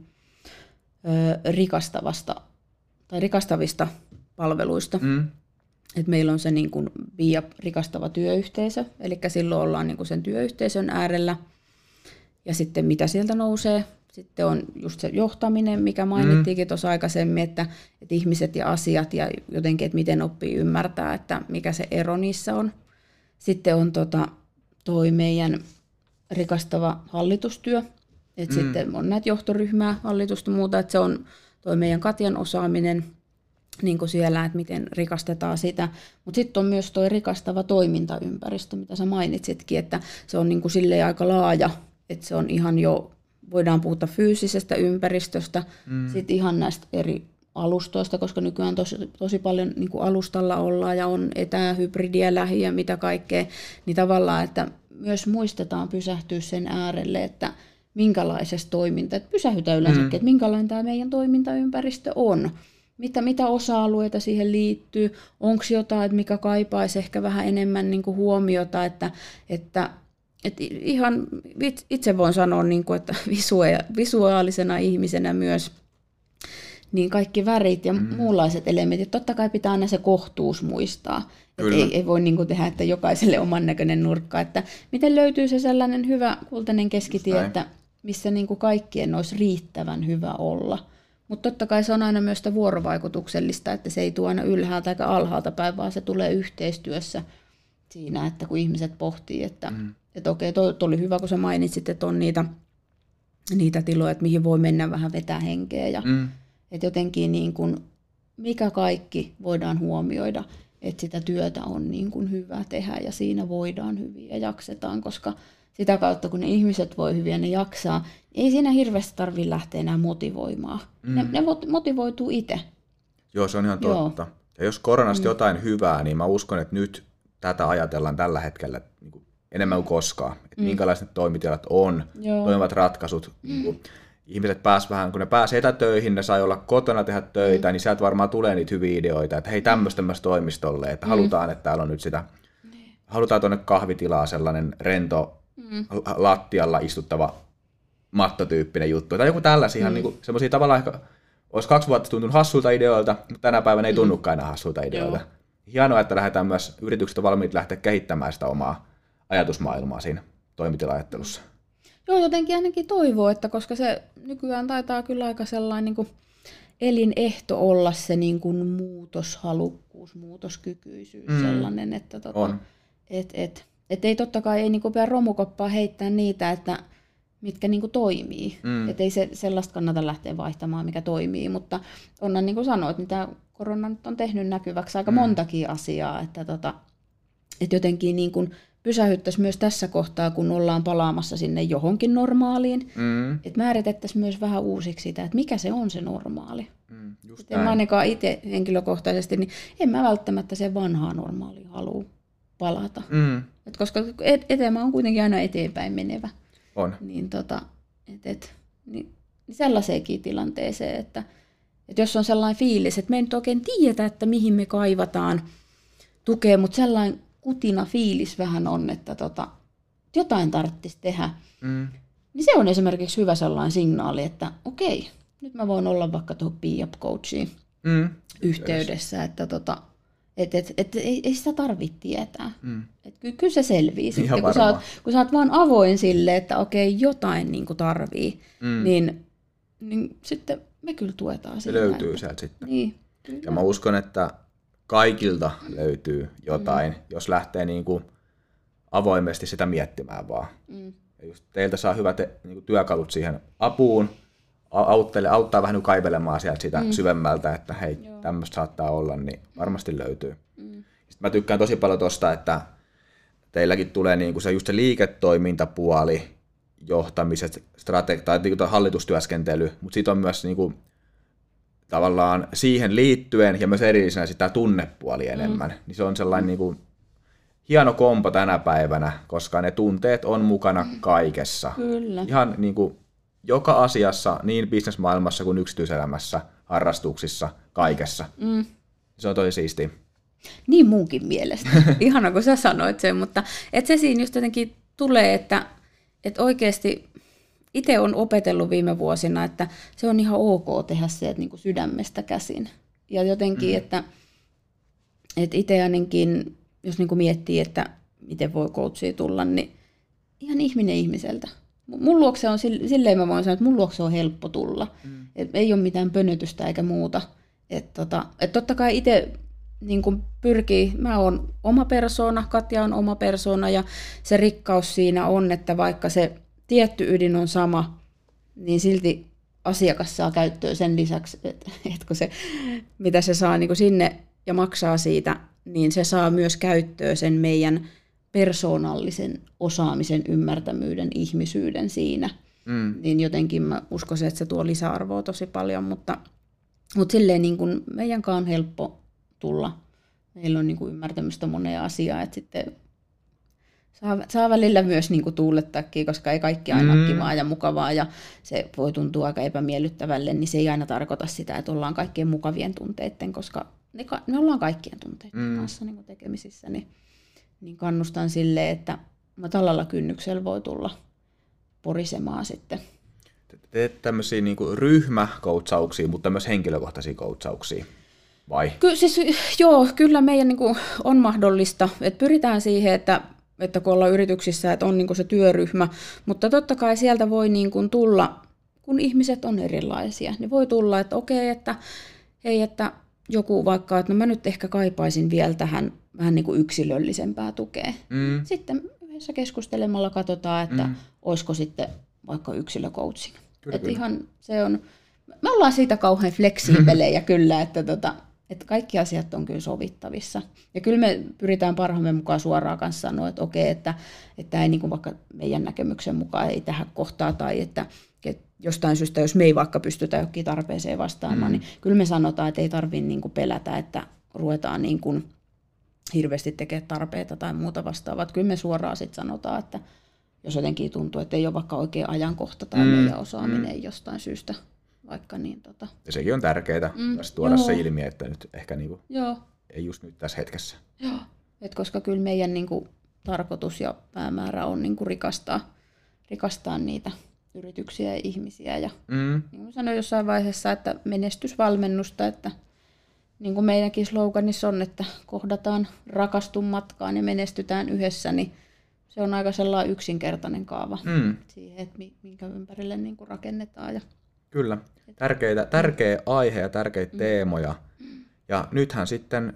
ö, rikastavasta tai rikastavista palveluista. Mm. Että meillä on se niin kuin Via rikastava työyhteisö, eli silloin ollaan niin kuin sen työyhteisön äärellä ja sitten mitä sieltä nousee. Sitten on just se johtaminen, mikä mainittiinkin tuossa aikaisemmin, että, että ihmiset ja asiat ja jotenkin, että miten oppii ymmärtää, että mikä se ero niissä on. Sitten on tota, toi meidän rikastava hallitustyö, että mm. sitten on näitä johtoryhmää, hallitusta ja muuta, että se on toi meidän Katjan osaaminen niin kuin siellä, että miten rikastetaan sitä. Mutta sitten on myös toi rikastava toimintaympäristö, mitä sä mainitsitkin, että se on niin kuin silleen aika laaja, että se on ihan jo voidaan puhua fyysisestä ympäristöstä, mm. sitten ihan näistä eri alustoista, koska nykyään tosi, tosi paljon niin kuin alustalla ollaan ja on etää, hybridiä, lähi ja mitä kaikkea, niin tavallaan, että myös muistetaan pysähtyä sen äärelle, että minkälaisesta toiminta, että pysähytään yleensäkin, mm. että minkälainen tämä meidän toimintaympäristö on, mitä, mitä osa-alueita siihen liittyy, onko jotain, että mikä kaipaisi ehkä vähän enemmän niin kuin huomiota, että, että Et ihan itse voin sanoa, että visuaalisena ihmisenä myös niin kaikki värit ja mm. muunlaiset elementit. Totta kai pitää aina se kohtuus muistaa. Et ei, ei voi niin kuin tehdä, että jokaiselle oman näköinen nurkka. Että miten löytyy se sellainen hyvä kultainen keskitie, että missä niin kuin kaikkien olisi riittävän hyvä olla. Mutta totta kai se on aina myös sitä vuorovaikutuksellista, että se ei tule aina ylhäältä eikä alhaalta päin, vaan se tulee yhteistyössä siinä, että kun ihmiset pohtii, että mm. Että okei, toi, toi oli hyvä, kun sä mainitsit, että on niitä, niitä tiloja, että mihin voi mennä vähän vetää henkeä. Ja, mm. Että jotenkin niin kuin, mikä kaikki voidaan huomioida, että sitä työtä on niin kuin hyvä tehdä ja siinä voidaan hyvin ja jaksetaan, koska sitä kautta, kun ne ihmiset voi hyvin ja ne jaksaa, ei siinä hirveästi tarvitse lähteä enää motivoimaan. Mm. Ne, ne motivoituu itse. Joo, se on ihan totta. Joo. Ja jos koronasta mm. jotain hyvää, niin mä uskon, että nyt tätä ajatellaan tällä hetkellä niin kuin enemmän kuin koskaan. Että mm. minkälaiset toimitilat on, Joo. toimivat ratkaisut. Mm. Niin kuin ihmiset pääs vähän, kun ne pääsee etätöihin, ne sai olla kotona tehdä töitä, mm. niin sieltä varmaan tulee niitä hyviä ideoita, että hei tämmöistä tämmöistä toimistolle, että mm. halutaan, että täällä on nyt sitä, mm. halutaan tuonne kahvitilaa sellainen rento, mm. lattialla istuttava mattotyyppinen juttu. Tai joku tällaisia, mm. niin kuin, semmoisia tavallaan ehkä, olisi kaksi vuotta tuntunut hassulta ideoilta, mutta tänä päivänä ei mm. tunnukaan enää hassulta ideoilta. Joo. Hienoa, että lähdetään myös, yritykset on valmiit lähteä kehittämään sitä omaa ajatusmaailmaa siinä toimitila-ajattelussa. Joo, jotenkin ainakin toivoo, että koska se nykyään taitaa kyllä aika sellainen niin kuin elinehto olla se niin kuin muutoshalukkuus, muutoskykyisyys mm. sellainen, että tota, et, et, et ei totta kai ei niin kuin pidä romukoppaa heittää niitä, että mitkä niin kuin toimii. Mm. Et ei se, sellaista kannata lähteä vaihtamaan, mikä toimii, mutta onnan niin kuin sanoit, niin tämä korona nyt on tehnyt näkyväksi aika mm. montakin asiaa, että tota, et jotenkin niin kuin pysähyttäisiin myös tässä kohtaa, kun ollaan palaamassa sinne johonkin normaaliin, mm. että määritettäisiin myös vähän uusiksi sitä, että mikä se on se normaali. Mm, en mä ainakaan itse henkilökohtaisesti, niin en mä välttämättä sen vanhaan normaaliin halua palata. Mm. Et koska eteenpäin on kuitenkin aina eteenpäin menevä. On. Niin, tota, et, et, niin, niin sellaiseenkin tilanteeseen, että, että jos on sellainen fiilis, että me ei nyt oikein tiedä, että mihin me kaivataan tukea, mutta sellainen kutina fiilis vähän on, että tota, jotain tarvitsisi tehdä, mm. niin se on esimerkiksi hyvä sellainen signaali, että okei, nyt mä voin olla vaikka tuohon Be Up Coachiin Mm. yhteydessä, että tota, et, et, et, ei, ei sitä tarvitse tietää. Mm. Et ky, kyllä se selvii sitten, kun varmaan. sä, oot, kun sä oot vaan avoin sille, että okei, jotain niin kuin tarvii, Mm. niin, niin sitten me kyllä tuetaan Se sitä. löytyy että, sieltä sitten. Niin, kyllä. Ja mä uskon, että kaikilta löytyy jotain, mm. jos lähtee niin kuin avoimesti sitä miettimään vaan. Mm. Ja just teiltä saa hyvät niin kuin työkalut siihen apuun, auttele, auttaa vähän kaivelemaan sieltä sitä mm. syvemmältä, että hei, tämmöistä saattaa olla, niin varmasti löytyy. Mm. Sitten mä tykkään tosi paljon tosta, että teilläkin tulee niin kuin se, just se liiketoimintapuoli, johtamiset, strategi- tai niin kuin hallitustyöskentely, mutta sitten on myös niin kuin, tavallaan siihen liittyen ja myös erillisenä sitä tunnepuoli enemmän. Mm. Niin se on sellainen niin kuin hieno kompo tänä päivänä, koska ne tunteet on mukana kaikessa. Kyllä. Ihan niin kuin joka asiassa, niin bisnesmaailmassa kuin yksityiselämässä, harrastuksissa, kaikessa. Mm. Se on tosi siistiä. Niin munkin mielestä. Ihana, kun sä sanoit sen, mutta et se siinä just jotenkin tulee, että et oikeasti itse olen opetellut viime vuosina, että se on ihan ok tehdä se että niinku sydämestä käsin. Ja jotenkin, mm. että et itse ainakin, jos niinku miettii, että miten voi coachia tulla, niin ihan ihminen ihmiseltä. Mun luokse on, silleen mä voin sanoa, että mun luokse on helppo tulla. Mm. Et ei ole mitään pönötystä eikä muuta. Et tota, et totta kai itse niin kun pyrkii, mä oon oma persoona, Katja on oma persoona ja se rikkaus siinä on, että vaikka se tietty ydin on sama, niin silti asiakas saa käyttöön sen lisäksi, että, että kun se, mitä se saa niin kun sinne ja maksaa siitä, niin se saa myös käyttöön sen meidän persoonallisen osaamisen, ymmärtämyyden, ihmisyyden siinä. Mm. Niin jotenkin mä uskoisin, että se tuo lisäarvoa tosi paljon, mutta, mutta silleen niin kuin meidänkaan on helppo tulla. Meillä on niin kuin ymmärtämystä monea asiaa, että sitten saa, saa välillä myös niin kuin tuulettaakin, koska ei kaikki aina mm. ole kivaa ja mukavaa ja se voi tuntua aika epämiellyttävälle, niin se ei aina tarkoita sitä, että ollaan kaikkien mukavien tunteiden, koska ne, me ollaan kaikkien tunteiden mm. kanssa niin kuin tekemisissä, niin niin kannustan sille, että matalalla kynnyksellä voi tulla porisemaan sitten. Teet tämmöisiä niin kuin ryhmäkoutsauksia, mutta myös henkilökohtaisia koutsauksia, vai? Ky- siis, joo, kyllä meidän niin kuin on mahdollista. Et pyritään siihen, että, että kun ollaan yrityksissä, että on niin kuin se työryhmä, mutta totta kai sieltä voi niin kuin tulla, kun ihmiset on erilaisia, niin voi tulla, että okei, että hei, että joku vaikka, että no mä nyt ehkä kaipaisin vielä tähän vähän niin kuin yksilöllisempää tukea. Mm. Sitten yhdessä keskustelemalla katsotaan, että mm. olisiko sitten vaikka yksilöcoaching. Että ihan se on, me ollaan siitä kauhean fleksiibelejä kyllä, että, tota, että kaikki asiat on kyllä sovittavissa. Ja kyllä me pyritään parhaamme mukaan suoraan kanssa sanoa, että okei, että, että ei niin kuin vaikka meidän näkemyksen mukaan ei tähän kohtaa tai että jostain syystä, jos me ei vaikka pystytä johonkin tarpeeseen vastaamaan, mm. niin kyllä me sanotaan, että ei tarvitse niin kuin pelätä, että ruvetaan niin kuin hirveästi tekemään tarpeita tai muuta vastaavaa. Kyllä me suoraan sitten sanotaan, että jos jotenkin tuntuu, että ei ole vaikka oikea ajankohta tai mm. meidän osaaminen mm. jostain syystä vaikka niin tota. Ja sekin on tärkeää mm. tuoda joo. se ilmi, että nyt ehkä niinku joo. ei just nyt tässä hetkessä. Joo, et koska kyllä meidän niinku tarkoitus ja päämäärä on niinku rikastaa, rikastaa niitä yrityksiä ja ihmisiä. Ja mm. niin kuin sanoin jossain vaiheessa, että menestysvalmennusta, että niin kuin meidänkin sloganissa on, että kohdataan rakastun matkaan ja menestytään yhdessä, niin se on aika sellainen yksinkertainen kaava mm. siihen, että minkä ympärille niin kuin rakennetaan. Ja kyllä, tärkeitä, tärkeä aihe ja tärkeitä mm. teemoja. Mm. Ja nythän sitten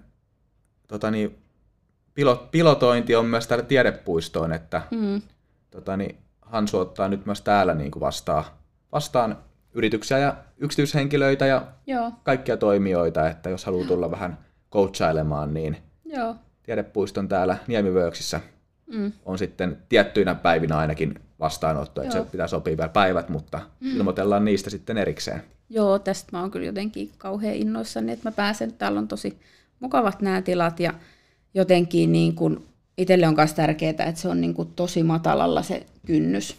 tota niin, pilot, pilotointi on myös täällä tiedepuistoon, että mm. tota niin, Hansu ottaa nyt myös täällä niin kuin vastaan, vastaan yrityksiä ja yksityishenkilöitä ja Joo. kaikkia toimijoita, että jos haluaa tulla vähän coachailemaan, niin Joo. tiedepuiston täällä Niemivööksissä mm. on sitten tiettyinä päivinä ainakin vastaanotto, että Joo. se pitää sopia vielä päivät, mutta mm. ilmoitellaan niistä sitten erikseen. Joo, tästä mä oon kyllä jotenkin kauhean innoissani, että mä pääsen, täällä on tosi mukavat nämä tilat ja jotenkin niin kuin itselle on myös tärkeää, että se on niin kuin tosi matalalla se kynnys.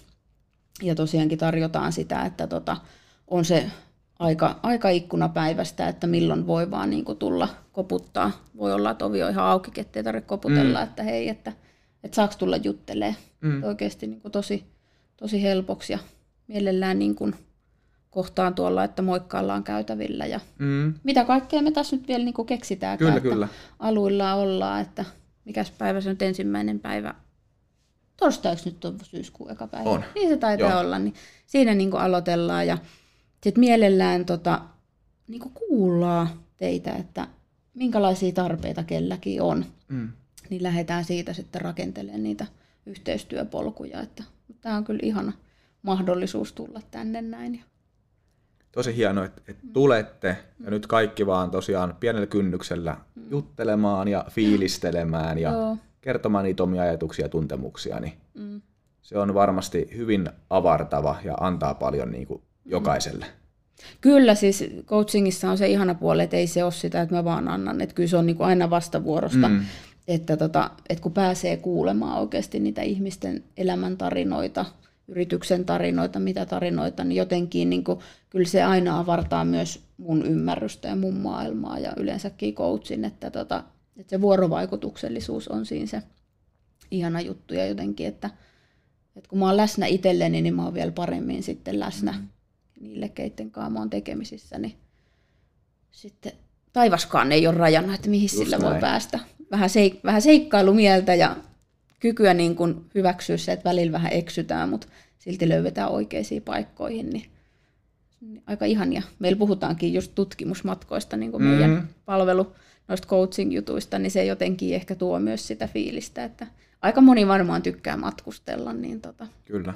Ja tosiaankin tarjotaan sitä, että tota, on se aika, aikaikkuna päivästä, että milloin voi vaan niin kuin tulla koputtaa. Voi olla, että ovi on ihan auki, ettei tarvitse koputella, mm. että hei, että, että saako tulla juttelemaan. Mm. Oikeasti niin kuin tosi, tosi helpoksi ja mielellään niin kuin kohtaan tuolla, että moikkaillaan käytävillä ja Mm. mitä kaikkea me tässä nyt vielä niin kuin keksitäänkään, Kyllä, että kyllä. aluilla ollaan, että mikäs päivä se on nyt ensimmäinen päivä. Torstaiksi nyt on syyskuun eka päivä. On. Niin se taitaa Joo. olla, niin siinä niin kuin aloitellaan ja sitten mielellään tota, niin kuin kuullaan teitä, että minkälaisia tarpeita kelläkin on. Mm. Niin lähdetään siitä sitten rakentelemaan niitä yhteistyöpolkuja. Että tämä on kyllä ihana mahdollisuus tulla tänne näin. Tosi hienoa, että, että tulette ja nyt kaikki vaan tosiaan pienellä kynnyksellä juttelemaan ja fiilistelemään ja Joo. kertomaan niitä omia ajatuksia ja tuntemuksia, niin Mm. se on varmasti hyvin avartava ja antaa paljon niin kuin jokaiselle. Kyllä, siis coachingissa on se ihana puoli, että ei se ole sitä, että mä vaan annan. Että kyllä se on niin kuin aina vastavuorosta, Mm. että, tota, että kun pääsee kuulemaan oikeasti niitä ihmisten elämäntarinoita, yrityksen tarinoita, mitä tarinoita, niin jotenkin niin kuin, kyllä se aina avartaa myös mun ymmärrystä ja mun maailmaa ja yleensäkin coachin, että, tota, että se vuorovaikutuksellisuus on siinä se ihana juttu ja jotenkin, että, että kun mä oon läsnä itselleni, niin mä oon vielä paremmin sitten läsnä mm. niille, keitten kanssa mä oon tekemisissä, niin sitten taivaskaan ei ole rajana, että mihin Just sillä näin. voi päästä. Vähän, seik- vähän seikkailumieltä ja kykyä niin kuin hyväksyä se, että välillä vähän eksytään, mutta silti löydetään oikeisiin paikkoihin, niin aika ihania. Meillä puhutaankin just tutkimusmatkoista, niin kuin Mm. meidän palvelu noista coaching-jutuista, niin se jotenkin ehkä tuo myös sitä fiilistä, että aika moni varmaan tykkää matkustella. Niin tota, Kyllä.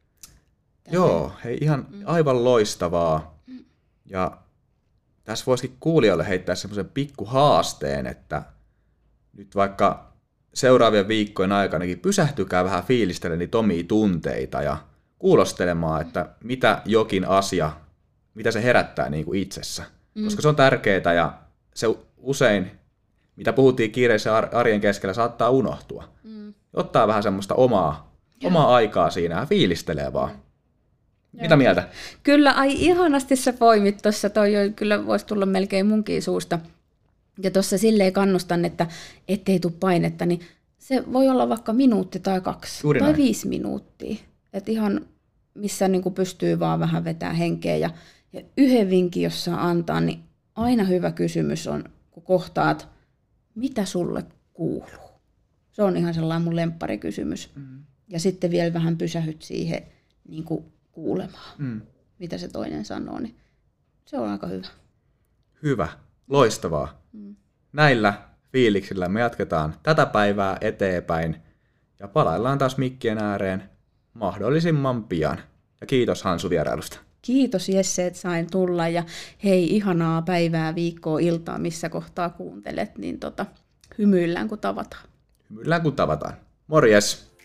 Joo, hei ihan aivan loistavaa. Ja tässä voisikin kuulijoille heittää semmoisen pikku haasteen, että nyt vaikka seuraavien viikkojen aikanakin pysähtykää vähän fiilistelemään niitä omia tunteita ja kuulostelemaan, että mitä jokin asia, mitä se herättää niin kuin itsessä. Mm. Koska se on tärkeää ja se usein, mitä puhuttiin kiireisen arjen keskellä, saattaa unohtua. Mm. Ottaa vähän semmoista omaa, omaa aikaa siinä ja fiilistelee vaan. Mitä Joo. mieltä? Kyllä, ai ihanasti sä poimit tuossa, toi jo, kyllä voisi tulla melkein munkin suusta. Ja tuossa silleen kannustan, että ettei tule painetta, niin se voi olla vaikka minuutti tai kaksi Juuri tai näin. viisi minuuttia. Että ihan missä niin kuin pystyy vaan vähän vetää henkeä. Ja, ja yhden vinkin, jos saa antaa, niin aina hyvä kysymys on, kun kohtaat, mitä sulle kuuluu. Se on ihan sellainen mun lempparikysymys. Mm. Ja sitten vielä vähän pysähyt siihen niin kuin kuulemaan, mm. mitä se toinen sanoo, niin se on aika hyvä. Hyvä, loistavaa. Mm. Näillä fiiliksillä me jatketaan tätä päivää eteenpäin ja palaillaan taas mikkien ääreen mahdollisimman pian. Ja kiitos Hansu vierailusta. Kiitos Jesse, että sain tulla ja hei, ihanaa päivää, viikkoa, iltaa, missä kohtaa kuuntelet, niin tota, hymyillään kun tavataan. Hymyillään kun tavataan. Morjes!